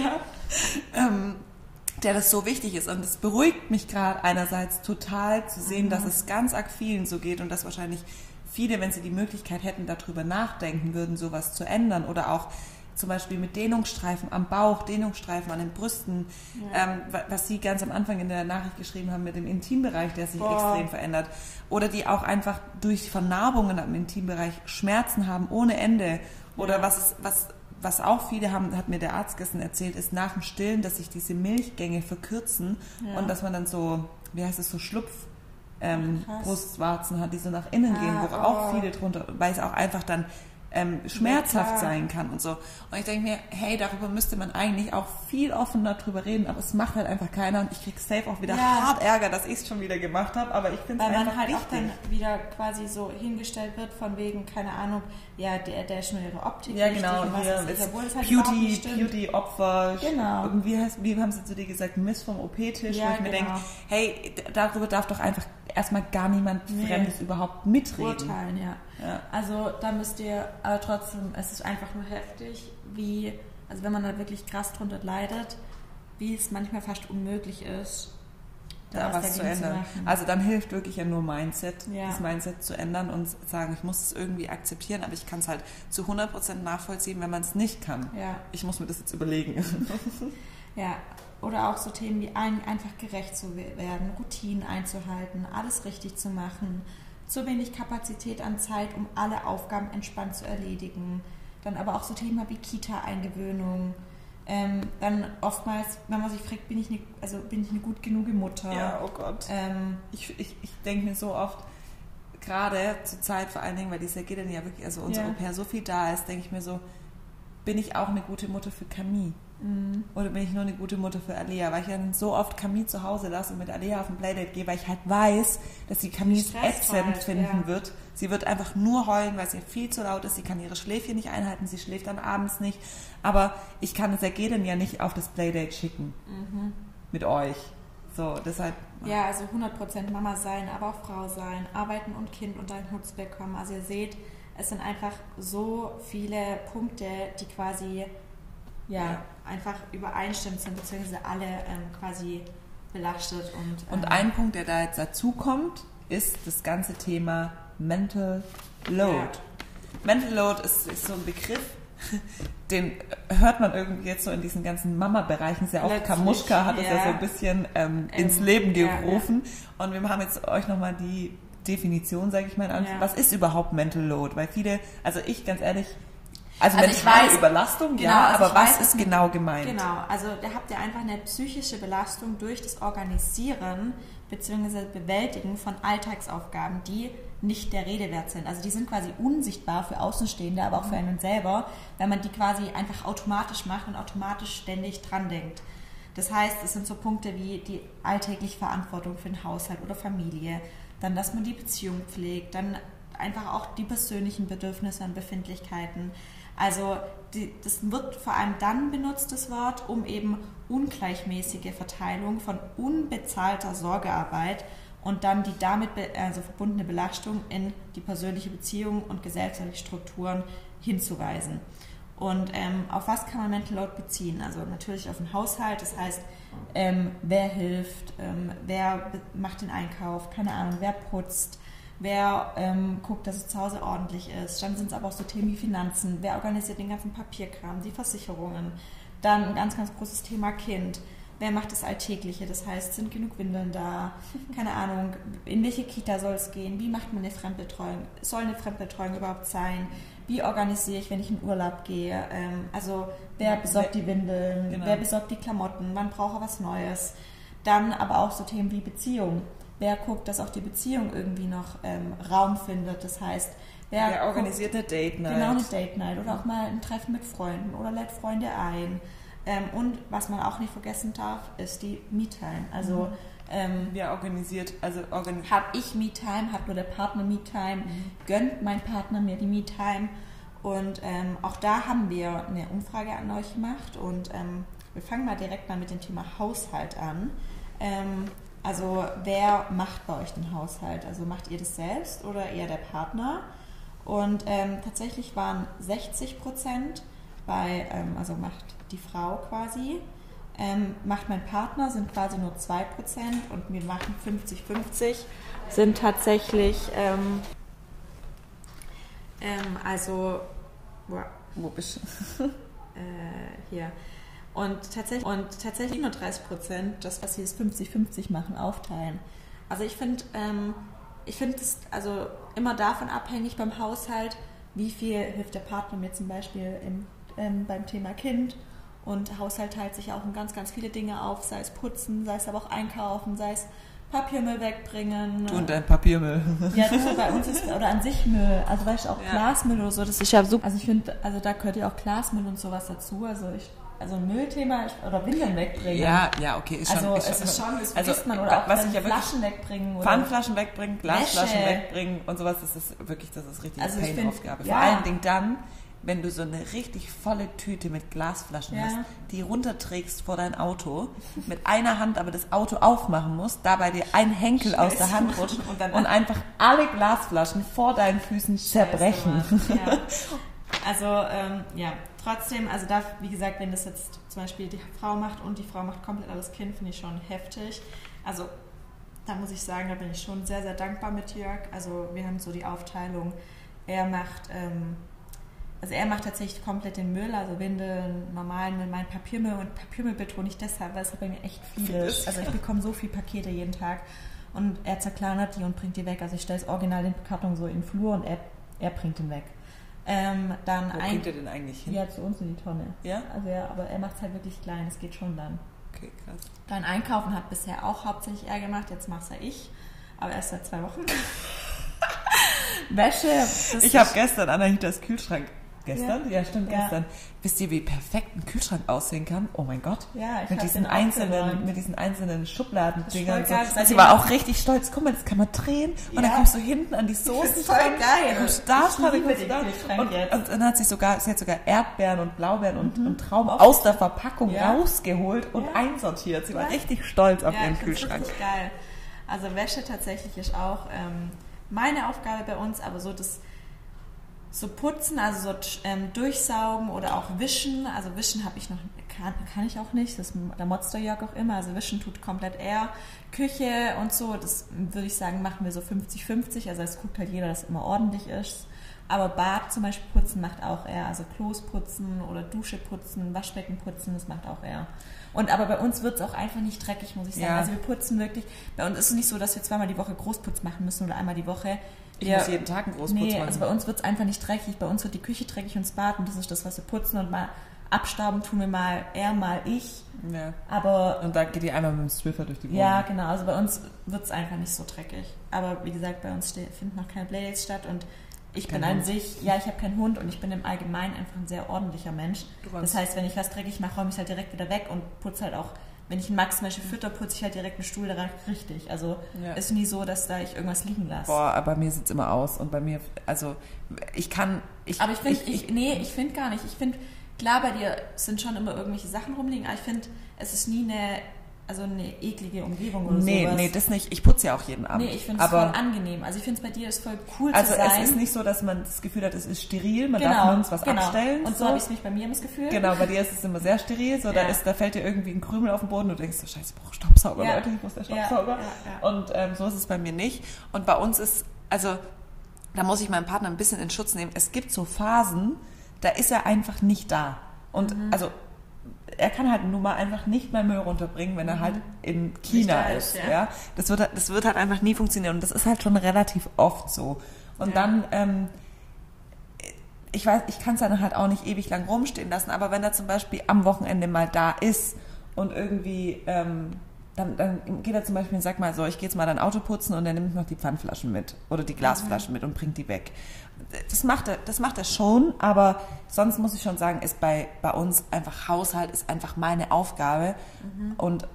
der das so wichtig ist. Und es beruhigt mich gerade einerseits total zu sehen, dass es ganz arg vielen so geht und dass wahrscheinlich viele, wenn sie die Möglichkeit hätten, darüber nachdenken würden, sowas zu ändern oder auch zum Beispiel mit Dehnungsstreifen am Bauch, Dehnungsstreifen an den Brüsten, was Sie ganz am Anfang in der Nachricht geschrieben haben mit dem Intimbereich, der sich extrem verändert. Oder die auch einfach durch Vernarbungen am Intimbereich Schmerzen haben ohne Ende. Oder was auch viele haben, hat mir der Arzt gestern erzählt, ist nach dem Stillen, dass sich diese Milchgänge verkürzen und dass man dann so, so Brustwarzen hat, die so nach innen gehen, wo auch viele drunter, weil es auch einfach dann schmerzhaft sein kann und so. Und ich denke mir, hey, darüber müsste man eigentlich auch viel offener drüber reden, aber es macht halt einfach keiner und ich krieg safe auch wieder hart Ärger, dass ich es schon wieder gemacht habe, aber ich finde es einfach halt wichtig. Auch dann wieder quasi so hingestellt wird von wegen, keine Ahnung, der ist nur ihre Optik. Ja, genau, und hier ist Beauty-Opfer. Genau. Wie haben sie zu dir gesagt, Miss vom OP-Tisch, wo ich mir denke, hey, darüber darf doch einfach erstmal gar niemand Fremdes überhaupt mitreden. Urteilen, ja. Also da müsst ihr, aber trotzdem, es ist einfach nur heftig, also wenn man da wirklich krass drunter leidet, wie es manchmal fast unmöglich ist, da was zu ändern. Also dann hilft wirklich ja nur Mindset, das Mindset zu ändern und sagen, ich muss es irgendwie akzeptieren, aber ich kann es halt zu 100% nachvollziehen, wenn man es nicht kann. Ja. Ich muss mir das jetzt überlegen. Ja, oder auch so Themen wie einfach gerecht zu werden, Routinen einzuhalten, alles richtig zu machen, zu wenig Kapazität an Zeit, um alle Aufgaben entspannt zu erledigen. Dann aber auch so Themen wie Kita-Eingewöhnung, Dann oftmals, wenn man sich fragt, bin ich eine gut genug Mutter? Ja, oh Gott. Ich denke mir so oft, gerade zur Zeit vor allen Dingen, weil dieser Gideon ja wirklich, also unser Au-pair so viel da ist, denke ich mir so, bin ich auch eine gute Mutter für Camille? Oder bin ich nur eine gute Mutter für Alea? Weil ich dann so oft Camille zu Hause lasse und mit Alea auf ein Playdate gehe, weil ich halt weiß, dass sie Camille ätzend finden wird. Sie wird einfach nur heulen, weil sie viel zu laut ist. Sie kann ihre Schläfchen nicht einhalten, sie schläft dann abends nicht. Aber ich kann der Gideon ja nicht auf das Playdate schicken. Mit euch. So, deshalb... Ja, also 100% Mama sein, aber auch Frau sein, arbeiten und Kind unter den Hut zu bekommen. Also ihr seht, es sind einfach so viele Punkte, die quasi einfach übereinstimmt sind, beziehungsweise alle quasi belastet. Und ein Punkt, der da jetzt dazu kommt, ist das ganze Thema Mental Load. Ja. Mental Load ist so ein Begriff, den hört man irgendwie jetzt so in diesen ganzen Mama-Bereichen sehr oft. Kamuschka hat es ja so ein bisschen ins Leben gerufen. Und wir haben jetzt euch nochmal die Definition, sage ich mal, an. Was ist überhaupt Mental Load? Weil viele, also ich ganz ehrlich, also mentale Überlastung, genau, aber was ist genau gemeint? Genau, also da habt ihr einfach eine psychische Belastung durch das Organisieren bzw. Bewältigen von Alltagsaufgaben, die nicht der Rede wert sind. Also die sind quasi unsichtbar für Außenstehende, aber auch für einen selber, wenn man die quasi einfach automatisch macht und automatisch ständig dran denkt. Das heißt, es sind so Punkte wie die alltägliche Verantwortung für den Haushalt oder Familie, dann, dass man die Beziehung pflegt, dann einfach auch die persönlichen Bedürfnisse und Befindlichkeiten. Also das wird vor allem dann benutzt, das Wort, um eben ungleichmäßige Verteilung von unbezahlter Sorgearbeit und dann die damit verbundene Belastung in die persönliche Beziehung und gesellschaftliche Strukturen hinzuweisen. Und auf was kann man Mental Load beziehen? Also natürlich auf den Haushalt, das heißt, wer hilft, wer macht den Einkauf, keine Ahnung, wer putzt, wer guckt, dass es zu Hause ordentlich ist. Dann sind es aber auch so Themen wie Finanzen, wer organisiert den ganzen Papierkram, die Versicherungen. Dann ein ganz, ganz großes Thema Kind. Wer macht das Alltägliche? Das heißt, sind genug Windeln da? Keine Ahnung, in welche Kita soll es gehen? Wie macht man eine Fremdbetreuung? Soll eine Fremdbetreuung überhaupt sein? Wie organisiere ich, wenn ich in Urlaub gehe? Also wer besorgt die Windeln? Genau. Wer besorgt die Klamotten? Wann braucht er was Neues? Dann aber auch so Themen wie Beziehung. Wer guckt, dass auch die Beziehung irgendwie noch Raum findet? Das heißt, wer organisiert eine Date Night? Genau, eine Date Night oder auch mal ein Treffen mit Freunden oder lädt Freunde ein. Und was man auch nicht vergessen darf, ist die Me-Time. Also wer organisiert? Habe ich Me-Time? Hat nur der Partner Me-Time? Gönnt mein Partner mir die Me-Time? Und auch da haben wir eine Umfrage an euch gemacht und wir fangen mal direkt mal mit dem Thema Haushalt an. Also wer macht bei euch den Haushalt? Also macht ihr das selbst oder eher der Partner? Und tatsächlich waren 60% also macht die Frau quasi, macht mein Partner, sind quasi nur 2% und wir machen 50-50, sind tatsächlich, wo bist du? Hier. Und tatsächlich nur 30%, das, was sie das 50-50 machen, aufteilen. Also ich finde es also immer davon abhängig beim Haushalt, wie viel hilft der Partner mir zum Beispiel beim Thema Kind. Und Haushalt teilt sich auch in ganz, ganz viele Dinge auf, sei es putzen, sei es aber auch einkaufen, sei es Papiermüll wegbringen. Du und dein Papiermüll. Ja, bei uns ist, oder an sich Müll, also weißt du, auch Glasmüll oder so, das ist ja super. Also ich finde, also da gehört ja auch Glasmüll und sowas dazu, also ein Müllthema oder Windeln wegbringen. Ja, okay, ist schon. Also es ist schon, das vergisst man, oder auch Flaschen wegbringen. Pfandflaschen wegbringen, Glasflaschen wegbringen und sowas, das ist richtig eine Pain-Aufgabe. Vor allen Dingen dann, wenn du so eine richtig volle Tüte mit Glasflaschen hast, die runterträgst vor dein Auto, mit einer Hand aber das Auto aufmachen musst, dabei dir ein Henkel aus der Hand rutscht und einfach alle Glasflaschen vor deinen Füßen zerbrechen. Ja. Also, trotzdem, also da, wie gesagt, wenn das jetzt zum Beispiel die Frau macht und die Frau macht komplett alles Kind, finde ich schon heftig. Also, da muss ich sagen, da bin ich schon sehr, sehr dankbar mit Jörg. Also, wir haben so die Aufteilung, er macht tatsächlich komplett den Müll, also Windeln, normalen Müll, mein Papiermüll. Und Papiermüll betone ich deshalb, weil es bei mir echt viel ist. Also ich bekomme so viele Pakete jeden Tag und er zerkleinert die und bringt die weg. Also ich stelle das Original den Karton so in den Flur und er bringt den weg. Dann Wo bringt er denn eigentlich hin? Ja, zu uns in die Tonne. Ja? Also ja, aber er macht es halt wirklich klein, es geht schon dann. Okay, krass. Dann Einkaufen hat bisher auch hauptsächlich er gemacht, jetzt macht's ja ich, aber erst seit 2 Wochen. Wäsche. Ich habe gestern Anahitas Kühlschrank. Gestern? Ja. Ja, stimmt, Ja. gestern. Wisst ihr, wie perfekt ein Kühlschrank aussehen kann? Oh mein Gott. Ja, ich mit hab diesen den einzelnen, aufgeräumt. mit diesen einzelnen Schubladendingern. Das ist voll geil. Sie war auch richtig stolz. Guck mal, das kann man drehen. Und dann Ja. kommst du hinten an die Soßen. Das ist voll geil. Dann kommst du da Ich dran, dann liebe kommst du den da. Kühlschrank Und jetzt. dann hat sie hat sogar Erdbeeren und Blaubeeren und Trauben aus der Verpackung Ja. rausgeholt und Ja. einsortiert. Sie war Ja. richtig stolz auf Ja, ihren ich find's Kühlschrank. richtig geil. Also Wäsche tatsächlich ist auch meine Aufgabe bei uns, aber so das so putzen, also so durchsaugen oder auch wischen. Also wischen habe ich noch, kann ich auch nicht. Da motzt der Jörg auch immer. Also wischen tut komplett er. Küche und so, das würde ich sagen, machen wir so 50-50. Also es guckt halt jeder, dass es immer ordentlich ist. Aber Bad zum Beispiel putzen macht auch er. Also Klos putzen oder Dusche putzen, Waschbecken putzen, das macht auch er. Aber bei uns wird es auch einfach nicht dreckig, muss ich sagen. Ja. Also wir putzen wirklich, bei uns ist es nicht so, dass wir zweimal die Woche Großputz machen müssen oder einmal die Woche. Ich muss jeden Tag einen Großputz machen. Also bei uns wird es einfach nicht dreckig. Bei uns wird die Küche dreckig und das Bad und das ist das, was wir putzen und mal abstauben tun wir mal er, mal ich. Ja. Aber Und da geht die einmal mit dem Swiffer durch die Wohnung. ja, genau. Also bei uns wird es einfach nicht so dreckig. Aber wie gesagt, bei uns finden noch keine Playdates statt und ich bin an sich, ich habe keinen Hund und ich bin im Allgemeinen einfach ein sehr ordentlicher Mensch. Das heißt, wenn ich was dreckig mache, räume ich es halt direkt wieder weg und putze halt auch, wenn ich einen Max zum Beispiel fütter, putze ich halt direkt einen Stuhl daran richtig. Also ist nie so, dass da ich irgendwas liegen lasse. Boah, bei mir sieht es immer aus und bei mir, also ich kann... Aber ich finde gar nicht. Ich finde, klar, bei dir sind schon immer irgendwelche Sachen rumliegen, aber ich finde, es ist nie eine eklige Umgebung oder sowas. Nee, das nicht. Ich putze ja auch jeden Abend. Nee, ich finde es voll angenehm. Also ich finde es bei dir ist voll cool zu sein. Also es ist nicht so, dass man das Gefühl hat, es ist steril, man darf nirgends was abstellen. Und so habe ich es mich bei mir immer das Gefühl. Genau, bei dir ist es immer sehr steril. So, da fällt dir irgendwie ein Krümel auf den Boden und du denkst, so, scheiße, ich brauche Staubsauger, Leute, ich muss der Staubsauger. Ja. Und so ist es bei mir nicht. Und bei uns ist, also da muss ich meinen Partner ein bisschen in Schutz nehmen. Es gibt so Phasen, da ist er einfach nicht da. Und also er kann halt nun mal einfach nicht mehr Müll runterbringen, wenn er halt in China ist. Ja? Das wird halt einfach nie funktionieren. Und das ist halt schon relativ oft so. Und dann, ich kann es dann halt auch nicht ewig lang rumstehen lassen, aber wenn er zum Beispiel am Wochenende mal da ist und irgendwie, dann geht er zum Beispiel und sagt mal so, ich gehe jetzt mal dein Auto putzen und er nimmt noch die Pfandflaschen mit oder die Glasflaschen mit und bringt die weg. Das macht er schon, aber sonst muss ich schon sagen, ist bei uns einfach Haushalt ist einfach meine Aufgabe und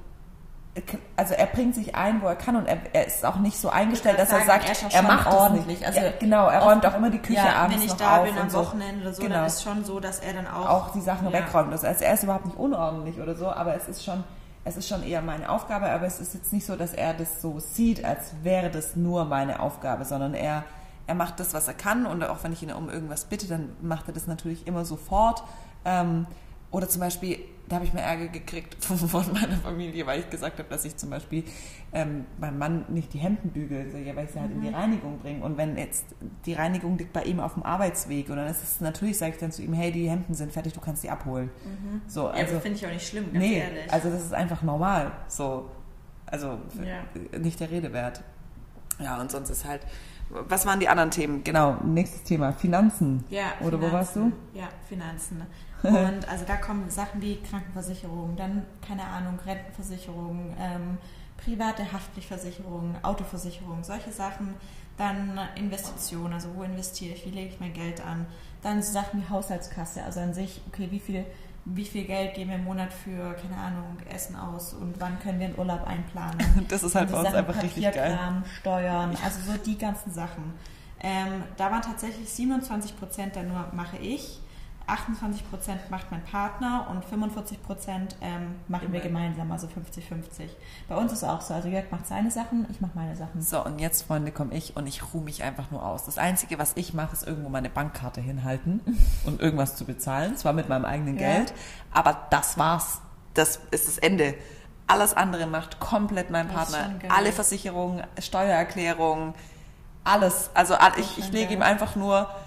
also er bringt sich ein, wo er kann und er ist auch nicht so eingestellt, dass er sagt, er macht ordentlich. Also genau, er räumt auch immer die Küche abends wenn ich noch da auf bin am und so. Wochenende oder so, dann ist schon so, dass er dann auch die Sachen wegräumt. Also er ist überhaupt nicht unordentlich oder so, aber es ist schon eher meine Aufgabe, aber es ist jetzt nicht so, dass er das so sieht, als wäre das nur meine Aufgabe, sondern er macht das, was er kann und auch wenn ich ihn um irgendwas bitte, dann macht er das natürlich immer sofort. Oder zum Beispiel, da habe ich mir Ärger gekriegt von meiner Familie, weil ich gesagt habe, dass ich zum Beispiel meinem Mann nicht die Hemden bügel, weil ich sie halt in die Reinigung bringe. Und wenn jetzt die Reinigung liegt bei ihm auf dem Arbeitsweg und dann ist es natürlich, sage ich dann zu ihm, hey, die Hemden sind fertig, du kannst die abholen. So, also, das finde ich auch nicht schlimm, ganz ehrlich. Also das ist einfach normal. So, also nicht der Rede wert. Ja, und sonst ist halt, was waren die anderen Themen? Genau, nächstes Thema, Finanzen. Ja, oder Finanzen. Wo warst du? Ja, Finanzen. Und also da kommen Sachen wie Krankenversicherung, dann, keine Ahnung, Rentenversicherung, private Haftpflichtversicherung, Autoversicherung, solche Sachen. Dann Investitionen, also wo investiere ich, wie lege ich mein Geld an. Dann so Sachen wie Haushaltskasse, also an sich, okay, wie viel Geld geben wir im Monat für, keine Ahnung, Essen aus und wann können wir einen Urlaub einplanen. Das ist halt bei uns Sachen, einfach richtig geil. Steuern, also so die ganzen Sachen. Da waren tatsächlich 27% dann nur mache ich, 28% macht mein Partner und 45% machen wir gemeinsam, also 50-50. Bei uns ist es auch so, also Jörg macht seine Sachen, ich mache meine Sachen. So, und jetzt, Freunde, komme ich und ich ruhe mich einfach nur aus. Das Einzige, was ich mache, ist irgendwo meine Bankkarte hinhalten und irgendwas zu bezahlen, zwar mit meinem eigenen Geld, aber das war's. Das ist das Ende. Alles andere macht komplett mein Partner. Alle Versicherungen, Steuererklärungen, alles. Also ich lege ihm einfach nur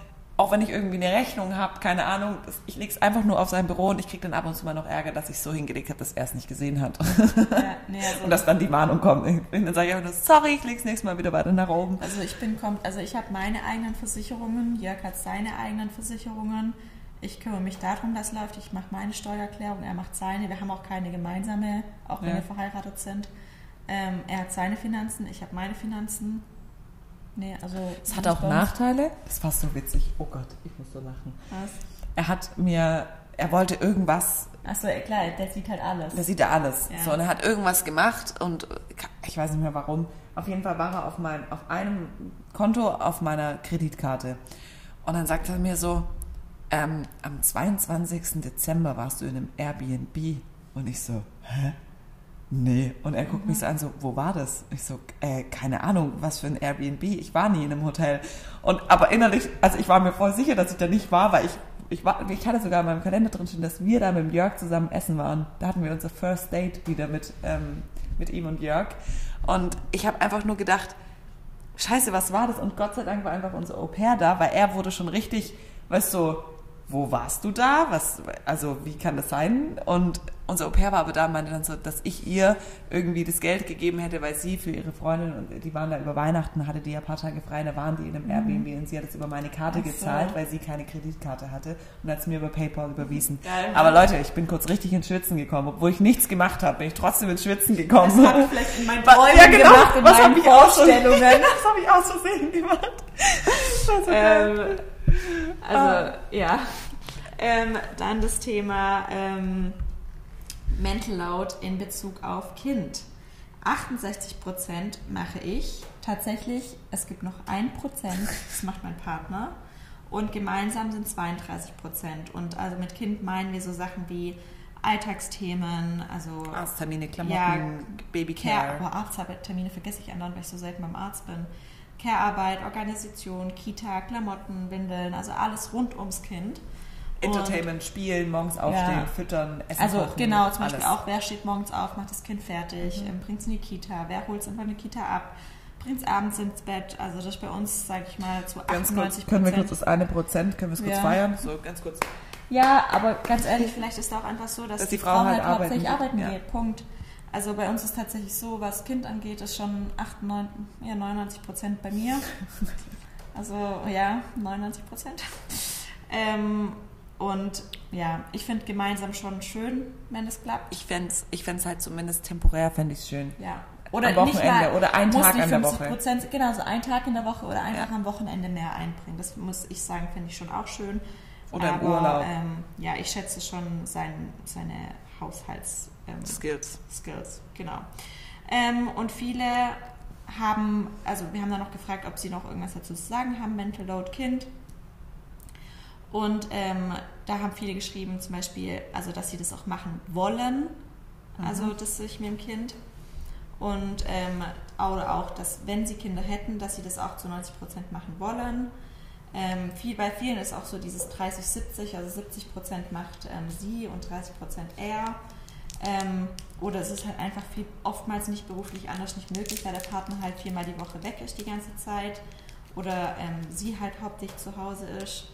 auch wenn ich irgendwie eine Rechnung habe, keine Ahnung, ich lege es einfach nur auf sein Büro und ich kriege dann ab und zu mal noch Ärger, dass ich es so hingelegt habe, dass er es nicht gesehen hat. Ja, nee, also und dass dann die Warnung kommt. Und dann sage ich einfach nur, sorry, ich lege es nächstes Mal wieder weiter nach oben. Also ich habe meine eigenen Versicherungen, Jörg hat seine eigenen Versicherungen. Ich kümmere mich darum, dass läuft. Ich mache meine Steuererklärung, er macht seine. Wir haben auch keine gemeinsame, auch wenn wir verheiratet sind. Er hat seine Finanzen, ich habe meine Finanzen. Nee, also es hat auch Nachteile. Das war so witzig. Oh Gott, ich muss so lachen. Was? Er wollte irgendwas. Achso, klar, der sieht halt alles. Der sieht ja alles. Ja. So, und er hat irgendwas gemacht und ich weiß nicht mehr warum. Auf jeden Fall war er auf einem Konto auf meiner Kreditkarte. Und dann sagt er mir so, am 22. Dezember warst du in einem Airbnb. Und ich so, hä? Nee. Und er guckt mich so an, so, wo war das? Ich so, keine Ahnung, was für ein Airbnb. Ich war nie in einem Hotel. Aber innerlich, also ich war mir voll sicher, dass ich da nicht war, weil ich hatte sogar in meinem Kalender drin stehen, dass wir da mit Jörg zusammen essen waren. Da hatten wir unser First Date wieder mit ihm und Jörg. Und ich habe einfach nur gedacht, scheiße, was war das? Und Gott sei Dank war einfach unser Au-pair da, weil er wurde schon richtig, weißt du, wo warst du da? Also wie kann das sein? Und unser Au-pair war aber da, meinte dann so, dass ich ihr irgendwie das Geld gegeben hätte, weil sie für ihre Freundin, und die waren da über Weihnachten, hatte die ja ein paar Tage frei, da waren die in einem Airbnb und sie hat es über meine Karte gezahlt, weil sie keine Kreditkarte hatte und hat es mir über PayPal überwiesen. Geil. Aber Leute, ich bin kurz richtig ins Schwitzen gekommen, obwohl ich nichts gemacht habe, bin ich trotzdem ins Schwitzen gekommen. Das habe ich vielleicht in meinen Träumen gemacht, in meinen Vorstellungen. Das habe ich aus Versehen gemacht. Das war so ja. Dann das Thema Mental Load in Bezug auf Kind. 68% mache ich. Tatsächlich, es gibt noch 1%, das macht mein Partner. Und gemeinsam sind 32%. Und also mit Kind meinen wir so Sachen wie Alltagsthemen, also Arzttermine, Klamotten, Babycare. Arzttermine vergesse ich andauernd, weil ich so selten beim Arzt bin. Care-Arbeit, Organisation, Kita, Klamotten, Windeln, also alles rund ums Kind. Entertainment, Spielen, morgens aufstehen, füttern, Essen also kochen. Genau, zum Beispiel auch, wer steht morgens auf, macht das Kind fertig, bringt es in die Kita, wer holt es in die Kita ab, bringt es abends ins Bett. Also das ist bei uns, sage ich mal, zu 98%. Können wir kurz das 1%, können wir es kurz feiern? So, ganz kurz. Ja, aber ganz ehrlich, vielleicht ist es auch einfach so, dass die Frau halt hauptsächlich arbeiten geht. Punkt. Also bei uns ist tatsächlich so, was Kind angeht, ist schon 99% bei mir. Also ja, 99%. Und ja, ich finde gemeinsam schon schön, wenn es klappt. Ich fänd's halt zumindest temporär, fände ich es schön. Ja. Oder am Wochenende nicht oder einen Tag in der Woche. Genau, so einen Tag in der Woche oder einfach am Wochenende mehr einbringen. Das muss ich sagen, finde ich schon auch schön. Oder im Urlaub. Ja, ich schätze schon seine Haushalts... Skills, genau. Und viele haben, also wir haben dann noch gefragt, ob sie noch irgendwas dazu zu sagen haben, Mental Load Kind. Und da haben viele geschrieben, zum Beispiel, also dass sie das auch machen wollen, also das sich mit dem Kind. Und oder auch, dass wenn sie Kinder hätten, dass sie das auch zu 90% machen wollen. Bei vielen ist auch so dieses 30-70, also 70% macht sie und 30% er. Oder es ist halt einfach oftmals nicht beruflich anders nicht möglich, weil der Partner halt 4-mal die Woche weg ist die ganze Zeit oder sie halt hauptsächlich zu Hause ist.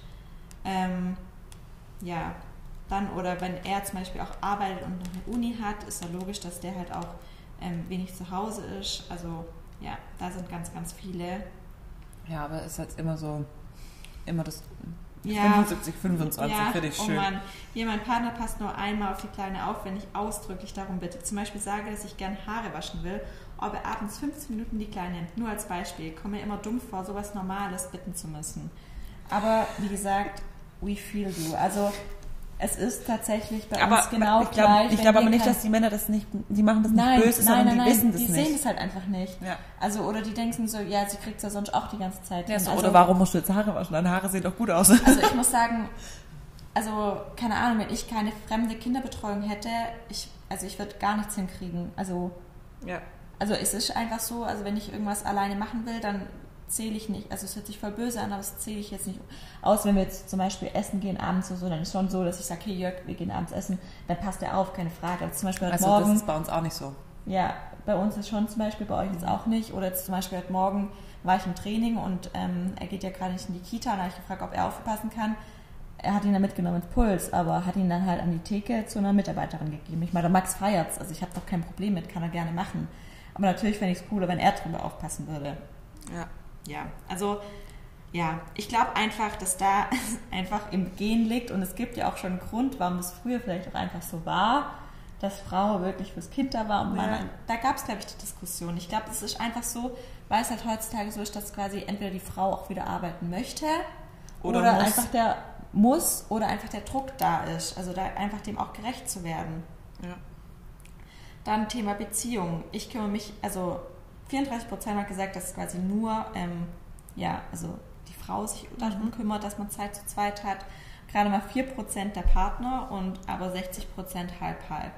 Ja, dann oder wenn er zum Beispiel auch arbeitet und noch eine Uni hat, ist ja logisch, dass der halt auch wenig zu Hause ist. Also ja, da sind ganz, ganz viele. Ja, aber es ist halt immer das 75, 25, finde ich schön. Oh Mann, hier mein Partner passt nur einmal auf die Kleine auf, wenn ich ausdrücklich darum bitte. Zum Beispiel sage, dass ich gern Haare waschen will, ob er abends 15 Minuten die Kleine nimmt. Nur als Beispiel. Komme mir immer dumm vor, sowas Normales bitten zu müssen. Aber wie gesagt, we feel you. Also es ist tatsächlich bei uns genau gleich. Ich glaube aber nicht, dass die Männer das nicht, die machen das nicht böse, sondern die wissen das nicht. Die sehen das halt einfach nicht. Ja. Also, oder die denken so, ja, sie kriegt es ja sonst auch die ganze Zeit. Ja, so, also, oder warum musst du jetzt Haare waschen? Deine Haare sehen doch gut aus. Also ich muss sagen, also keine Ahnung, wenn ich keine fremde Kinderbetreuung hätte, ich würde gar nichts hinkriegen. Also es ist einfach so, also wenn ich irgendwas alleine machen will, dann zähle ich nicht, also es hört sich voll böse an, aber das zähle ich jetzt nicht aus, wenn wir jetzt zum Beispiel essen gehen abends oder so, dann ist schon so, dass ich sage, hey Jörg, wir gehen abends essen, dann passt er auf, keine Frage. Also zum Beispiel heute Morgen, das ist bei uns auch nicht so. Ja, bei uns ist schon zum Beispiel, bei euch jetzt auch nicht. Oder jetzt zum Beispiel heute Morgen war ich im Training und er geht ja gerade nicht in die Kita und da habe ich gefragt, ob er aufpassen kann. Er hat ihn dann mitgenommen ins Puls, aber hat ihn dann halt an die Theke zu einer Mitarbeiterin gegeben. Ich meine, der Max feiert's, also ich habe doch kein Problem mit, kann er gerne machen. Aber natürlich fände ich es cooler, wenn er drüber aufpassen würde. Ja, also ja, ich glaube einfach, dass da einfach im Gen liegt und es gibt ja auch schon einen Grund, warum das früher vielleicht auch einfach so war, dass Frau wirklich fürs Kind da war und Mann. Da gab es, glaube ich, die Diskussion. Ich glaube, das ist einfach so, weil es halt heutzutage so ist, dass quasi entweder die Frau auch wieder arbeiten möchte oder einfach der muss oder einfach der Druck da ist. Also da einfach dem auch gerecht zu werden. Ja. Dann Thema Beziehung. Ich kümmere mich, also 34% hat gesagt, dass quasi nur, also die Frau sich darum kümmert, dass man Zeit zu zweit hat. Gerade mal 4% der Partner und aber 60% halb-halb.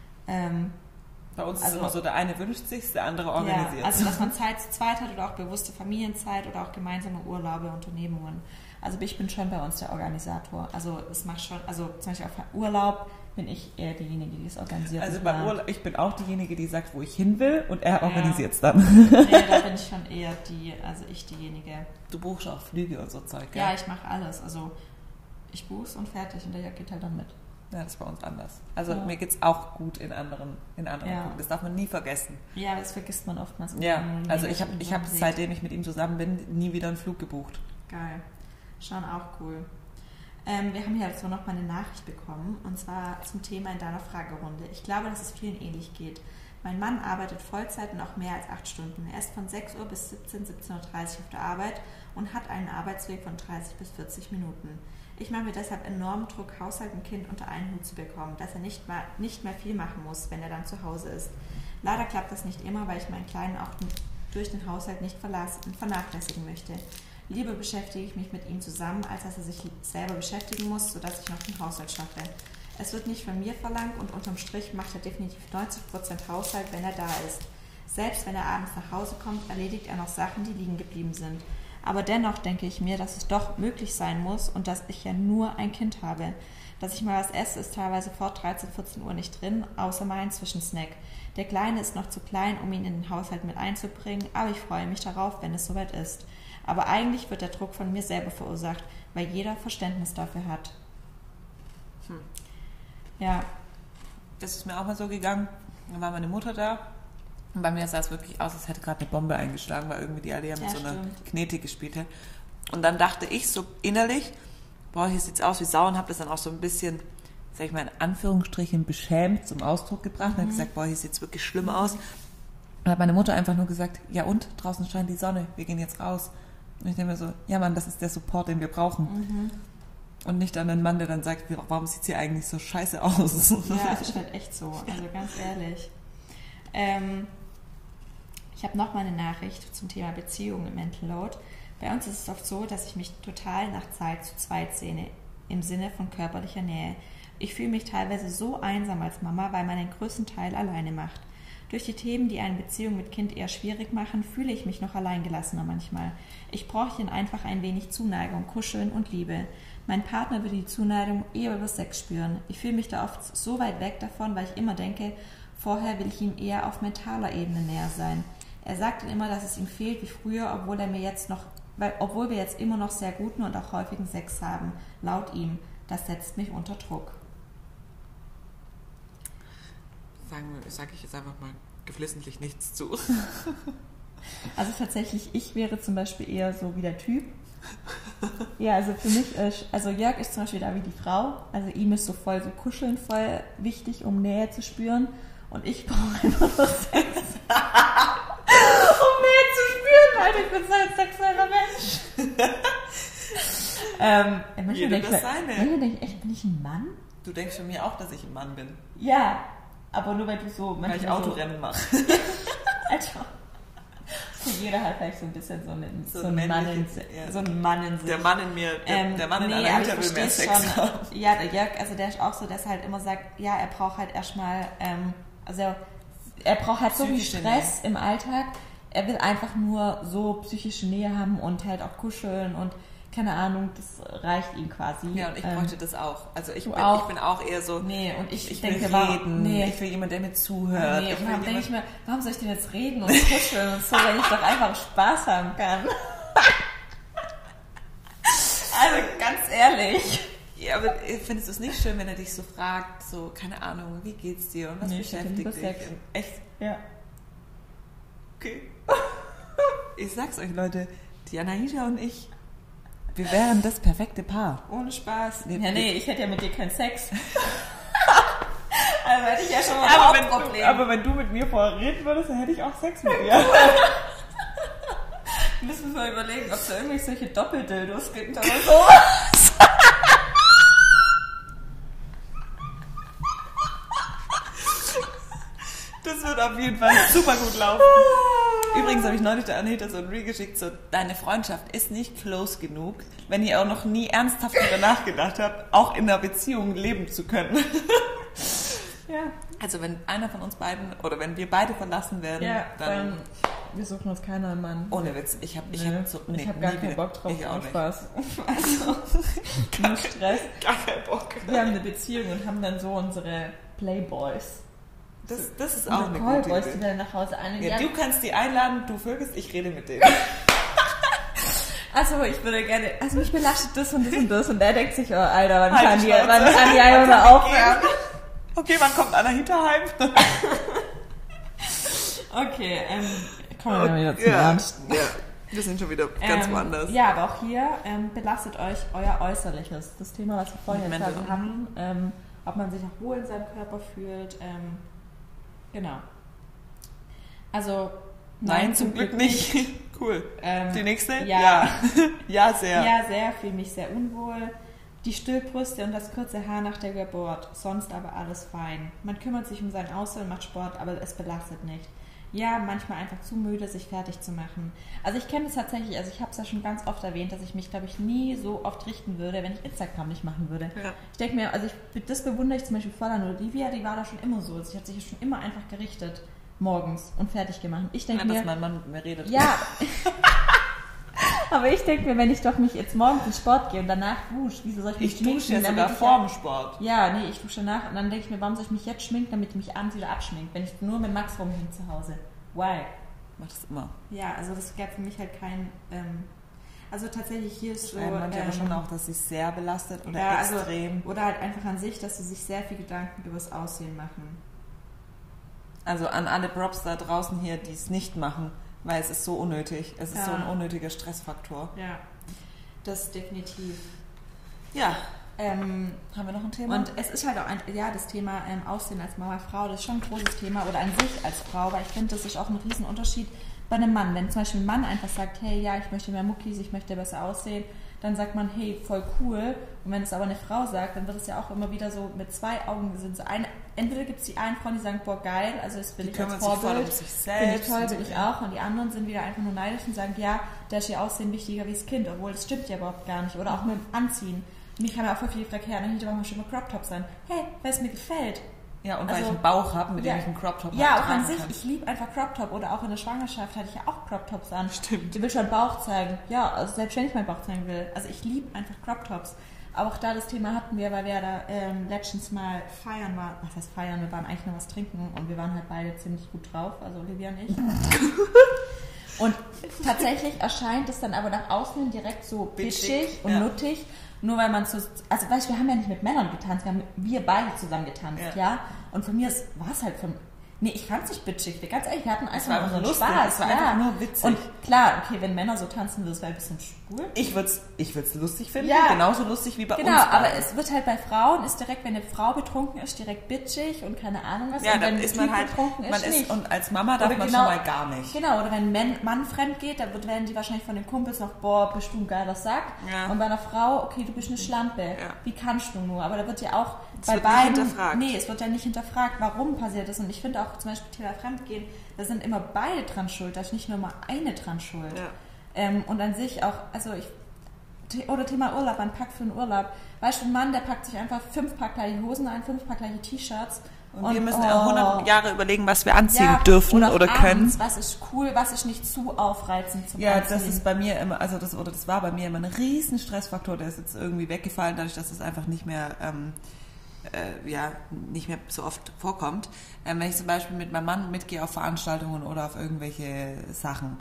Bei uns ist es immer so, der eine wünscht sich, der andere organisiert. Ja, also dass man Zeit zu zweit hat oder auch bewusste Familienzeit oder auch gemeinsame Urlaube, Unternehmungen. Also ich bin schon bei uns der Organisator. Also es macht schon, also zum Beispiel auf Urlaub bin ich eher diejenige, die es organisiert. Also bei Urlaub, ich bin auch diejenige, die sagt, wo ich hin will und er organisiert es dann. Nee, da bin ich schon eher diejenige. Du buchst auch Flüge und so Zeug, gell? Ja, ich mache alles. Also ich buch's und fertig und der Jörg geht halt dann mit. Ja, das ist bei uns anders. Also mir geht es auch gut in anderen Punkten. Das darf man nie vergessen. Ja, das vergisst man oftmals. Ja, also ich habe seitdem ich mit ihm zusammen bin, nie wieder einen Flug gebucht. Geil. Schon auch cool. Wir haben hier jetzt noch mal eine Nachricht bekommen und zwar zum Thema in deiner Fragerunde. Ich glaube, dass es vielen ähnlich geht. Mein Mann arbeitet Vollzeit und auch mehr als 8 Stunden. Er ist von 6 Uhr bis 17, 17.30 Uhr auf der Arbeit und hat einen Arbeitsweg von 30 bis 40 Minuten. Ich mache mir deshalb enormen Druck, Haushalt und Kind unter einen Hut zu bekommen, dass er nicht mehr viel machen muss, wenn er dann zu Hause ist. Leider klappt das nicht immer, weil ich meinen Kleinen auch durch den Haushalt nicht vernachlässigen möchte. Lieber beschäftige ich mich mit ihm zusammen, als dass er sich selber beschäftigen muss, sodass ich noch den Haushalt schaffe. Es wird nicht von mir verlangt und unterm Strich macht er definitiv 90% Haushalt, wenn er da ist. Selbst wenn er abends nach Hause kommt, erledigt er noch Sachen, die liegen geblieben sind. Aber dennoch denke ich mir, dass es doch möglich sein muss und dass ich ja nur ein Kind habe. Dass ich mal was esse, ist teilweise vor 13, 14 Uhr nicht drin, außer mal ein Zwischensnack. Der Kleine ist noch zu klein, um ihn in den Haushalt mit einzubringen, aber ich freue mich darauf, wenn es soweit ist. Aber eigentlich wird der Druck von mir selber verursacht, weil jeder Verständnis dafür hat. Ja. Das ist mir auch mal so gegangen. Dann war meine Mutter da und bei mir sah es wirklich aus, als hätte gerade eine Bombe eingeschlagen, weil irgendwie die Alia mit so einer Knete gespielt hat. Und dann dachte ich so innerlich, boah, hier sieht's aus wie Sau und habe das dann auch so ein bisschen, sag ich mal in Anführungsstrichen, beschämt zum Ausdruck gebracht und habe gesagt, boah, hier sieht's wirklich schlimm aus. Und hat meine Mutter einfach nur gesagt, ja und, draußen scheint die Sonne, wir gehen jetzt raus. Und ich denke mir so, ja Mann, das ist der Support, den wir brauchen. Und nicht an einen Mann, der dann sagt, warum sieht sie eigentlich so scheiße aus? Ja, ist halt echt so, also ganz ehrlich. Ich habe noch mal eine Nachricht zum Thema Beziehung im Mental Load. Bei uns ist es oft so, dass ich mich total nach Zeit zu zweit sehne, im Sinne von körperlicher Nähe. Ich fühle mich teilweise so einsam als Mama, weil man den größten Teil alleine macht. Durch die Themen, die eine Beziehung mit Kind eher schwierig machen, fühle ich mich noch alleingelassener manchmal. Ich brauche einfach ein wenig Zuneigung, Kuscheln und Liebe. Mein Partner würde die Zuneigung eher über Sex spüren. Ich fühle mich da oft so weit weg davon, weil ich immer denke, vorher will ich ihm eher auf mentaler Ebene näher sein. Er sagt dann immer, dass es ihm fehlt wie früher, obwohl wir jetzt immer noch sehr guten und auch häufigen Sex haben. Laut ihm. Das setzt mich unter Druck. Sage ich jetzt einfach mal geflissentlich nichts zu. Also tatsächlich, ich wäre zum Beispiel eher so wie der Typ. Ja, also für mich, also Jörg ist zum Beispiel da wie die Frau. Also ihm ist so voll so Kuscheln voll wichtig, um Nähe zu spüren. Und ich brauche einfach nur Sex. Um Nähe zu spüren, weil ich bin so ein sexueller Mensch. Manchmal denke ich echt, bin ich ein Mann? Du denkst von mir auch, dass ich ein Mann bin. Ja, aber nur weil du so... Weil ich Autorennen mache. Alter. Jeder hat vielleicht so ein bisschen so einen Mann in sich. Der Mann in mir, der Mann in einer Mutter will mehr Sex haben. Ja, der Jörg, also der ist auch so, dass er halt immer sagt, ja, er braucht halt erstmal, er braucht halt so viel Stress im Alltag. er will einfach nur so psychische Nähe haben und halt auch kuscheln und keine Ahnung, das reicht ihm quasi. Ja, und ich bräuchte das auch. Also ich bin auch eher so, nee, und ich will denke, reden, ich will jemanden, der mir zuhört. Nee, und dann denke ich mir, warum soll ich denn jetzt reden und kuscheln und so, wenn ich doch einfach Spaß haben kann? Also ganz ehrlich. Ja, aber findest du es nicht schön, wenn er dich so fragt, so, keine Ahnung, wie geht's dir und was beschäftigt dich? Echt? Ja. Okay. Ich sag's euch, Leute, die Anahita und ich, wir wären das perfekte Paar. Ohne Spaß. Nee, ich hätte ja mit dir keinen Sex. Also hätte ich ja schon mal ein Problem. Aber wenn du mit mir vorher reden würdest, dann hätte ich auch Sex mit dir. Müssen wir mal überlegen, ob es da irgendwelche solche Doppeldildos gibt oder so. Das wird auf jeden Fall super gut laufen. Übrigens habe ich neulich der Anita so ein Reel geschickt, so, deine Freundschaft ist nicht close genug, wenn ihr auch noch nie ernsthaft darüber nachgedacht habt, auch in einer Beziehung leben zu können. Ja. Also wenn einer von uns beiden, oder wenn wir beide verlassen werden, dann wir suchen uns keiner einen Mann. Ohne Witz, ich habe gar keinen Bock drauf. Ich auch nicht. Spaß. Also, nur Stress. Gar keinen Bock. Wir haben eine Beziehung und haben dann so unsere Playboys. Das ist auch eine gute Callboys, Idee. die werden nach Hause einladen. Ja, du kannst die einladen, du vögelst, ich rede mit denen. Also ich würde gerne, also mich belastet das und das und das und der denkt sich, oh Alter, wann Halt kann die die Schnauze. einfach mal aufhören? Okay, wann kommt Anahita heim? Okay, kommen wir wieder zum Ernst. Ja, wir sind schon wieder ganz woanders. Ja, aber auch hier belastet euch euer Äußerliches. Das Thema, was wir vorher hatten, ob man sich auch wohl in seinem Körper fühlt. Genau. Also nein, zum Glück nicht. Cool. Die nächste? Ja. Ja, sehr. Ja, sehr. Fühle mich sehr unwohl. Die Stillbrüste und das kurze Haar nach der Geburt. Sonst aber alles fein. Man kümmert sich um sein Aussehen, macht Sport, aber es belastet nicht. Ja, manchmal einfach zu müde, sich fertig zu machen. Also ich kenne das tatsächlich, also ich habe es ja schon ganz oft erwähnt, dass ich mich, glaube ich, nie so oft richten würde, wenn ich Instagram nicht machen würde. Ja. Ich denke mir, also das bewundere ich zum Beispiel voll an Olivia, die war da schon immer so. Sie hat sich schon immer einfach gerichtet, morgens und fertig gemacht. Ich denke mir, dass mein Mann mit mir redet. Ja, aber ich denke mir, wenn ich doch mich jetzt morgens in Sport gehe und danach dusche, wieso soll ich mich schminken? Ich dusche ja sogar vorm Sport. Ja, nee, ich dusche danach und dann denke ich mir, warum soll ich mich jetzt schminken, damit ich mich abends wieder abschminke, wenn ich nur mit Max rumhänge zu Hause? Why? Mach das immer. Ja, also das gab für mich halt kein... also tatsächlich hier ist so... manche aber schon auch, dass sie sehr belastet oder extrem. Also, oder halt einfach an sich, dass sie sich sehr viel Gedanken über das Aussehen machen. Also an alle Props da draußen hier, die es nicht machen, weil es ist so unnötig. Es ist so ein unnötiger Stressfaktor. Ja, das definitiv. Ja. Haben wir noch ein Thema? Und es ist halt auch das Thema Aussehen als Mama, Frau, das ist schon ein großes Thema oder an sich als Frau, weil ich finde, das ist auch ein Riesenunterschied bei einem Mann. Wenn zum Beispiel ein Mann einfach sagt, hey, ja, ich möchte mehr Muckis, ich möchte besser aussehen, dann sagt man, hey, voll cool. Und wenn es aber eine Frau sagt, dann wird es ja auch immer wieder so mit zwei Augen gesehen. So entweder gibt es die einen Frauen, die sagen, boah, geil, also das will ich als Vorbild, finde ich toll, will ich auch. Und die anderen sind wieder einfach nur neidisch und sagen, ja, da ist ihr Aussehen wichtiger wie das Kind, obwohl das stimmt ja überhaupt gar nicht. Oder auch mit dem Anziehen. Mich haben ja auch voll viele gefragt, ja, dann hinterher wollen wir schon mal Crop Top sein. Hey, weil es mir gefällt. Ja, und weil ich einen Bauch habe, mit dem ich einen Crop Top habe. Ja, auch an sich, ich liebe einfach Crop Top. Oder auch in der Schwangerschaft hatte ich ja auch Crop Tops an. Stimmt. Die will schon Bauch zeigen. Ja, also selbst wenn ich meinen Bauch zeigen will. Also ich liebe einfach Crop Tops. Aber auch da das Thema hatten wir, weil wir da letztens mal feiern waren. Was heißt feiern? Wir waren eigentlich noch was trinken und wir waren halt beide ziemlich gut drauf. Also Olivia und ich. Und tatsächlich erscheint es dann aber nach außen direkt so bitchig und nuttig. Nur weil man so, also weißt du, wir haben ja nicht mit Männern getanzt, wir beide zusammen getanzt, ja. Und von mir war es halt nee, ich fand es nicht bitchig, ganz ehrlich, wir hatten einfach nur so Spaß. Es war einfach nur witzig. Und klar, okay, wenn Männer so tanzen, das wäre ein bisschen schwul. Ich würd's lustig finden, ja. Genauso lustig wie bei uns. Genau, aber es wird halt bei Frauen, ist direkt, wenn eine Frau betrunken ist, direkt bitchig und keine Ahnung was. Ja, und dann wenn ist man halt, betrunken ist, nicht. Und als Mama darf man schon mal gar nicht. Genau, oder wenn ein Mann fremd geht, dann werden die wahrscheinlich von den Kumpels noch, boah, bist du ein geiler Sack. Ja. Und bei einer Frau, okay, du bist eine Schlampe. Ja. Wie kannst du nur? Aber da wird ja auch bei beiden, nee, es wird ja nicht hinterfragt, warum passiert das. Und ich finde auch zum Beispiel Thema Fremdgehen, da sind immer beide dran schuld, da ist nicht nur mal eine dran schuld. Ja. Und an sich auch, also oder Thema Urlaub, man packt für einen Urlaub. Weißt du, ein Mann, der packt sich einfach 5 Paar gleiche Hosen ein, 5 Paar gleiche T-Shirts Und wir müssen 100 Jahre überlegen, was wir anziehen dürfen oder können. Abends, was ist cool, was ist nicht zu aufreizend zum Ja, Anziehen. das ist bei mir immer, das war bei mir immer ein riesen Stressfaktor, der ist jetzt irgendwie weggefallen, dadurch, dass es einfach nicht mehr, nicht mehr so oft vorkommt. Wenn ich zum Beispiel mit meinem Mann mitgehe auf Veranstaltungen oder auf irgendwelche Sachen,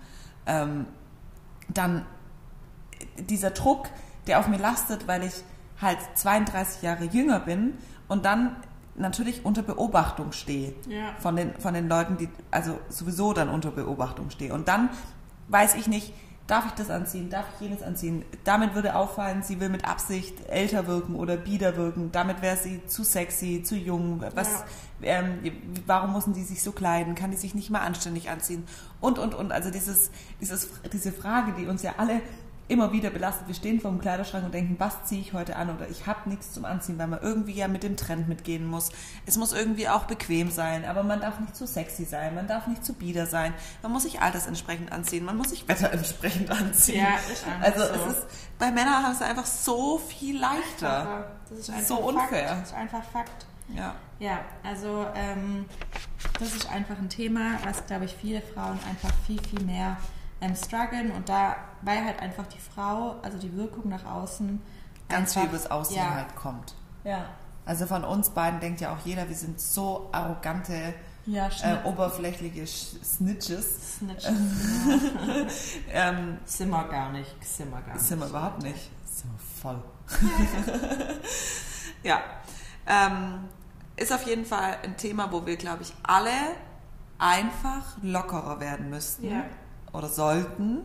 dann dieser Druck, der auf mir lastet, weil ich halt 32 Jahre jünger bin und dann natürlich unter Beobachtung stehe von den Leuten, die also sowieso dann unter Beobachtung stehe. Und dann weiß ich nicht, darf ich das anziehen, darf ich jenes anziehen. Damit würde auffallen, sie will mit Absicht älter wirken oder bieder wirken. Damit wäre sie zu sexy, zu jung. Warum müssen die sich so kleiden? Kann die sich nicht mal anständig anziehen? Und. Also diese Frage, die uns ja alle immer wieder belastet. Wir stehen vor dem Kleiderschrank und denken, was ziehe ich heute an? Oder ich habe nichts zum Anziehen, weil man irgendwie ja mit dem Trend mitgehen muss. Es muss irgendwie auch bequem sein, aber man darf nicht zu sexy sein, man darf nicht zu bieder sein. Man muss sich altersentsprechend anziehen, man muss sich wetterentsprechend anziehen. Ja, ist einfach also so. Es ist, bei Männern haben es einfach so viel leichter. Das ist einfach so unfair. Fakt. Das ist einfach Fakt. Ja, also das ist einfach ein Thema, was, glaube ich, viele Frauen einfach viel, viel mehr strugglen und dabei halt einfach die Frau, also die Wirkung nach außen ganz einfach, viel übers Aussehen halt kommt. Ja. Also von uns beiden denkt ja auch jeder, wir sind so arrogante, oberflächliche Snitches. Sind wir gar nicht. Sind wir überhaupt nicht. Sind wir voll. Ja. Ist auf jeden Fall ein Thema, wo wir, glaube ich, alle einfach lockerer werden müssten. Ja. Oder sollten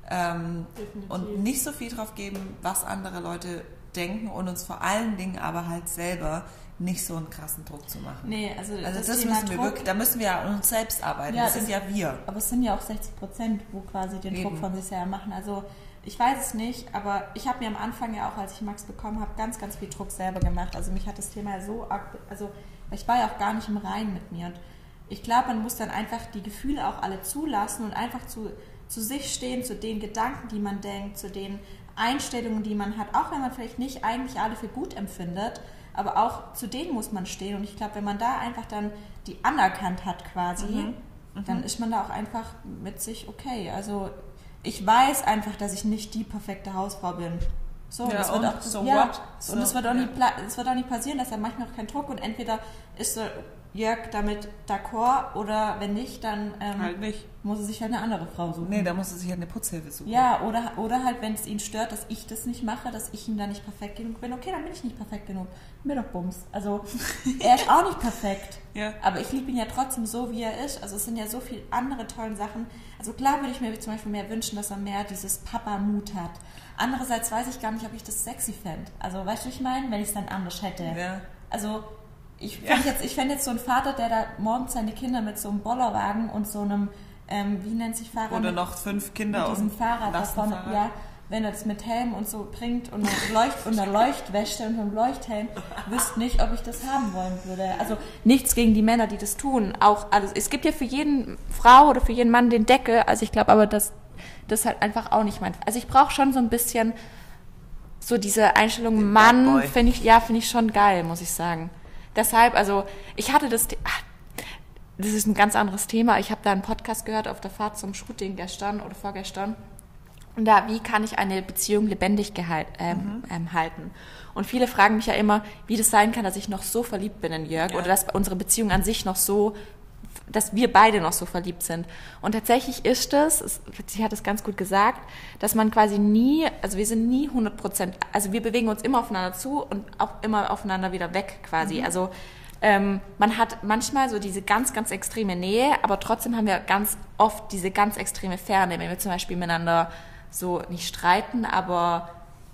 und nicht so viel drauf geben, was andere Leute denken und uns vor allen Dingen aber halt selber nicht so einen krassen Druck zu machen. Nee, also das müssen wir wirklich, da müssen wir ja an uns selbst arbeiten, das sind ja wir. Aber es sind ja auch 60%, wo quasi den Druck von sich selber machen. Also ich weiß es nicht, aber ich habe mir am Anfang ja auch, als ich Max bekommen habe, ganz, ganz viel Druck selber gemacht. Also mich hat das Thema so, also ich war ja auch gar nicht im Reinen mit mir und ich glaube, man muss dann einfach die Gefühle auch alle zulassen und einfach zu sich stehen, zu den Gedanken, die man denkt, zu den Einstellungen, die man hat, auch wenn man vielleicht nicht eigentlich alle für gut empfindet, aber auch zu denen muss man stehen. Und ich glaube, wenn man da einfach dann die anerkannt hat quasi, dann ist man da auch einfach mit sich okay. Also ich weiß einfach, dass ich nicht die perfekte Hausfrau bin. So, ja, das wird auch, so ja, what? So, und es wird auch nicht passieren, dass er manchmal auch keinen Druck und entweder ist Jörg damit d'accord oder wenn nicht, dann halt nicht. Muss er sich halt eine andere Frau suchen. Nee, da muss er sich halt eine Putzhilfe suchen. Ja, oder halt, wenn es ihn stört, dass ich das nicht mache, dass ich ihm da nicht perfekt genug bin. Okay, dann bin ich nicht perfekt genug. Mir doch Bums. Also, er ist auch nicht perfekt. Ja. Aber ich liebe ihn ja trotzdem so, wie er ist. Also, es sind ja so viele andere tolle Sachen. Also, klar würde ich mir zum Beispiel mehr wünschen, dass er mehr dieses Papa-Mut hat. Andererseits weiß ich gar nicht, ob ich das sexy fände. Also, weißt du, was ich meine? Wenn ich es dann anders hätte. Ja. Also, ich fände jetzt so einen Vater, der da morgens seine Kinder mit so einem Bollerwagen und so einem, wie nennt sich Fahrrad? Oder noch 5 Kinder mit diesem Fahrrad davon, ja, wenn er das mit Helm und so bringt und einer Leuchtwäsche und einem Leuchthelm, wüsste nicht, ob ich das haben wollen würde. Also nichts gegen die Männer, die das tun. Auch alles. Es gibt ja für jeden Frau oder für jeden Mann den Deckel. Also ich glaube aber, dass das halt einfach auch nicht mein. Also ich brauche schon so ein bisschen so diese Einstellung, den Mann, finde ich schon geil, muss ich sagen. Deshalb, also ich hatte das ist ein ganz anderes Thema. Ich habe da einen Podcast gehört auf der Fahrt zum Shooting gestern oder vorgestern. Und da, wie kann ich eine Beziehung lebendig halten? Und viele fragen mich ja immer, wie das sein kann, dass ich noch so verliebt bin in Jörg oder dass unsere Beziehung an sich noch so, dass wir beide noch so verliebt sind. Und tatsächlich ist sie hat es ganz gut gesagt, dass man quasi nie, also wir sind nie 100%, also wir bewegen uns immer aufeinander zu und auch immer aufeinander wieder weg quasi. Also man hat manchmal so diese ganz, ganz extreme Nähe, aber trotzdem haben wir ganz oft diese ganz extreme Ferne, wenn wir zum Beispiel miteinander so nicht streiten, aber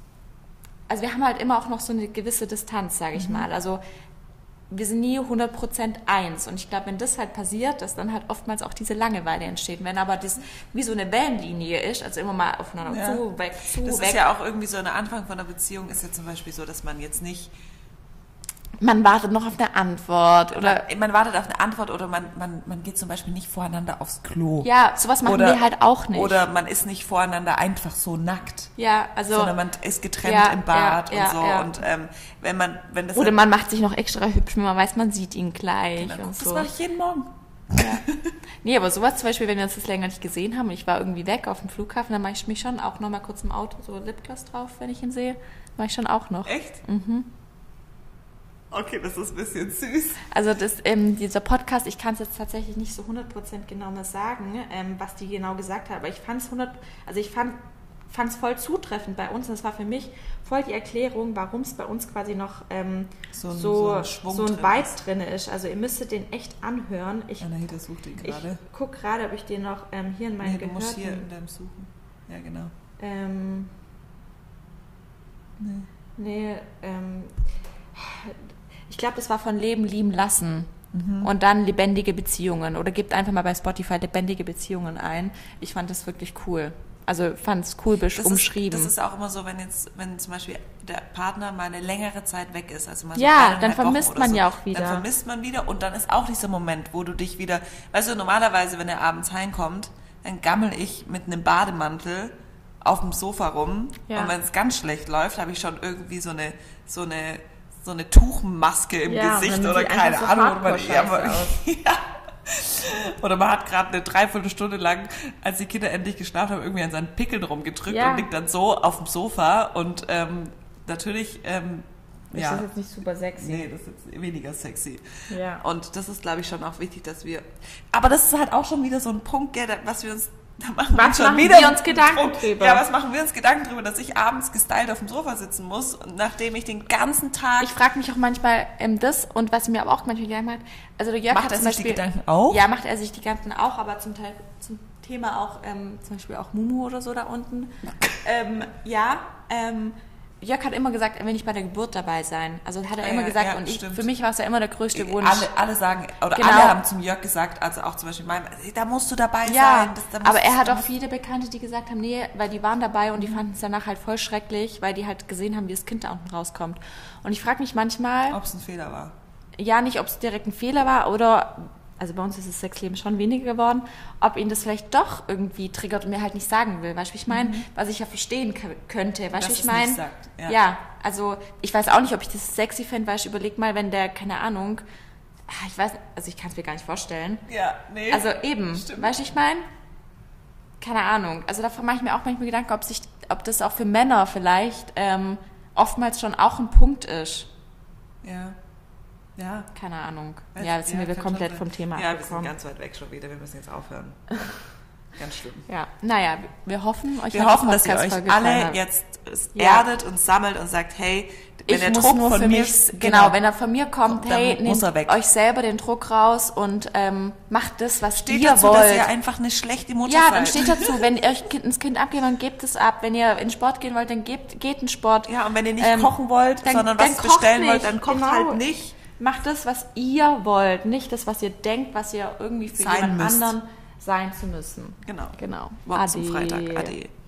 also wir haben halt immer auch noch so eine gewisse Distanz, sage ich mal. Also wir sind nie 100% eins. Und ich glaube, wenn das halt passiert, dass dann halt oftmals auch diese Langeweile entsteht. Wenn aber das wie so eine Wellenlinie ist, also immer mal aufeinander zu, weg. Das ist ja auch irgendwie so, ein Anfang von einer Beziehung ist ja zum Beispiel so, dass man jetzt nicht Man wartet noch auf eine Antwort. Oder man wartet auf eine Antwort oder man geht zum Beispiel nicht voreinander aufs Klo. ja, sowas machen wir halt auch nicht. Oder man ist nicht voreinander einfach so nackt. ja, also Sondern man ist getrennt im Bad und so. Ja. Und wenn das oder halt, man macht sich noch extra hübsch, wenn man weiß, man sieht ihn gleich dann, und das so. mache ich jeden Morgen. Nee, aber sowas zum Beispiel, wenn wir uns das länger nicht gesehen haben und ich war irgendwie weg auf dem Flughafen, dann mache ich mich schon auch noch mal kurz im Auto so Lipgloss drauf, wenn ich ihn sehe. Mache ich schon auch noch. Echt? Mhm. Okay, das ist ein bisschen süß. Also dieser Podcast, ich kann es jetzt tatsächlich nicht so 100% genau mehr sagen, was die genau gesagt hat, aber ich fand es voll zutreffend bei uns und es war für mich voll die Erklärung, warum es bei uns quasi noch so ein Vibe drin ist. Also ihr müsstet den echt anhören. Anahita sucht den gerade. Ich gucke gerade, ob ich den noch hier in meinen Du musst hier in deinem Suchen. Ja, genau. Ich glaube, das war von Leben lieben lassen. Und dann lebendige Beziehungen. Oder gebt einfach mal bei Spotify lebendige Beziehungen ein. Ich fand das wirklich cool. Also fand es cool umschrieben. Das ist auch immer so, wenn zum Beispiel der Partner mal eine längere Zeit weg ist. Also mal so ja, dann vermisst man ja auch wieder. Dann vermisst man wieder und dann ist auch dieser Moment, wo du dich wieder... Weißt du, normalerweise, wenn er abends heimkommt, dann gammel ich mit einem Bademantel auf dem Sofa rum. Ja. Und wenn es ganz schlecht läuft, habe ich schon irgendwie so eine Tuchmaske im Gesicht oder keine Ahnung. Oder man hat gerade eine Dreiviertelstunde lang, als die Kinder endlich geschlafen haben, irgendwie an seinen Pickeln rumgedrückt und liegt dann so auf dem Sofa und natürlich... ist das jetzt nicht super sexy? Nee, das ist jetzt weniger sexy. Ja. Und das ist, glaube ich, schon auch wichtig, dass wir... Aber das ist halt auch schon wieder so ein Punkt, was wir uns... was machen wir uns Gedanken drüber? Ja, was machen wir uns Gedanken drüber, dass ich abends gestylt auf dem Sofa sitzen muss, nachdem ich den ganzen Tag... Ich frage mich auch manchmal das und was mir aber auch manchmal Gedanken macht, also der Jörg macht er sich die Gedanken auch? Ja, macht er sich die Gedanken auch, aber zum Teil zum Thema auch zum Beispiel auch Mumu oder so da unten. Jörg hat immer gesagt, wenn ich bei der Geburt dabei sein. Also hat er immer gesagt, ja, und für mich war es ja immer der größte Wunsch. Alle sagen, oder alle haben zum Jörg gesagt, also auch zum Beispiel da musst du dabei sein. Aber er hat auch viele Bekannte, die gesagt haben, nee, weil die waren dabei und die fanden es danach halt voll schrecklich, weil die halt gesehen haben, wie das Kind da unten rauskommt. Und ich frage mich manchmal... Ob es ein Fehler war. Ja, nicht, ob es direkt ein Fehler war oder... Also bei uns ist das Sexleben schon weniger geworden, ob ihn das vielleicht doch irgendwie triggert und mir halt nicht sagen will. Weißt du, ich meine, was ich ja verstehen könnte. Weißt du, ich meine, ja, also ich weiß auch nicht, ob ich das sexy fände, weil ich überleg mal, wenn der, keine Ahnung, ich weiß, also ich kann es mir gar nicht vorstellen. Ja, nee. Also eben, weißt du, ich meine, keine Ahnung. Also davon mache ich mir auch manchmal Gedanken, ob das auch für Männer vielleicht oftmals schon auch ein Punkt ist. Ja. Ja. Keine Ahnung. Ja, jetzt sind wir komplett vom Thema abgekommen. Ja, wir sind ganz weit weg schon wieder. Wir müssen jetzt aufhören. Ganz schlimm. Ja, naja, wir hoffen, dass ihr euch alle jetzt erdet und sammelt und sagt, hey, wenn der Druck von mir... Genau, wenn er von mir kommt, hey, nehmt euch selber den Druck raus und macht das, was ihr wollt. Steht dazu, dass ihr einfach eine schlechte Mutter seid. Ja, dann steht dazu, wenn ihr euch ins Kind abgebt, dann gebt es ab. Wenn ihr in Sport gehen wollt, dann geht in Sport. Ja, und wenn ihr nicht kochen wollt, sondern was bestellen wollt, dann kocht halt nicht. Macht das, was ihr wollt, nicht das, was ihr denkt, was ihr irgendwie für jemand anderen sein zu müssen. Genau. Morgen zum Freitag. Ade.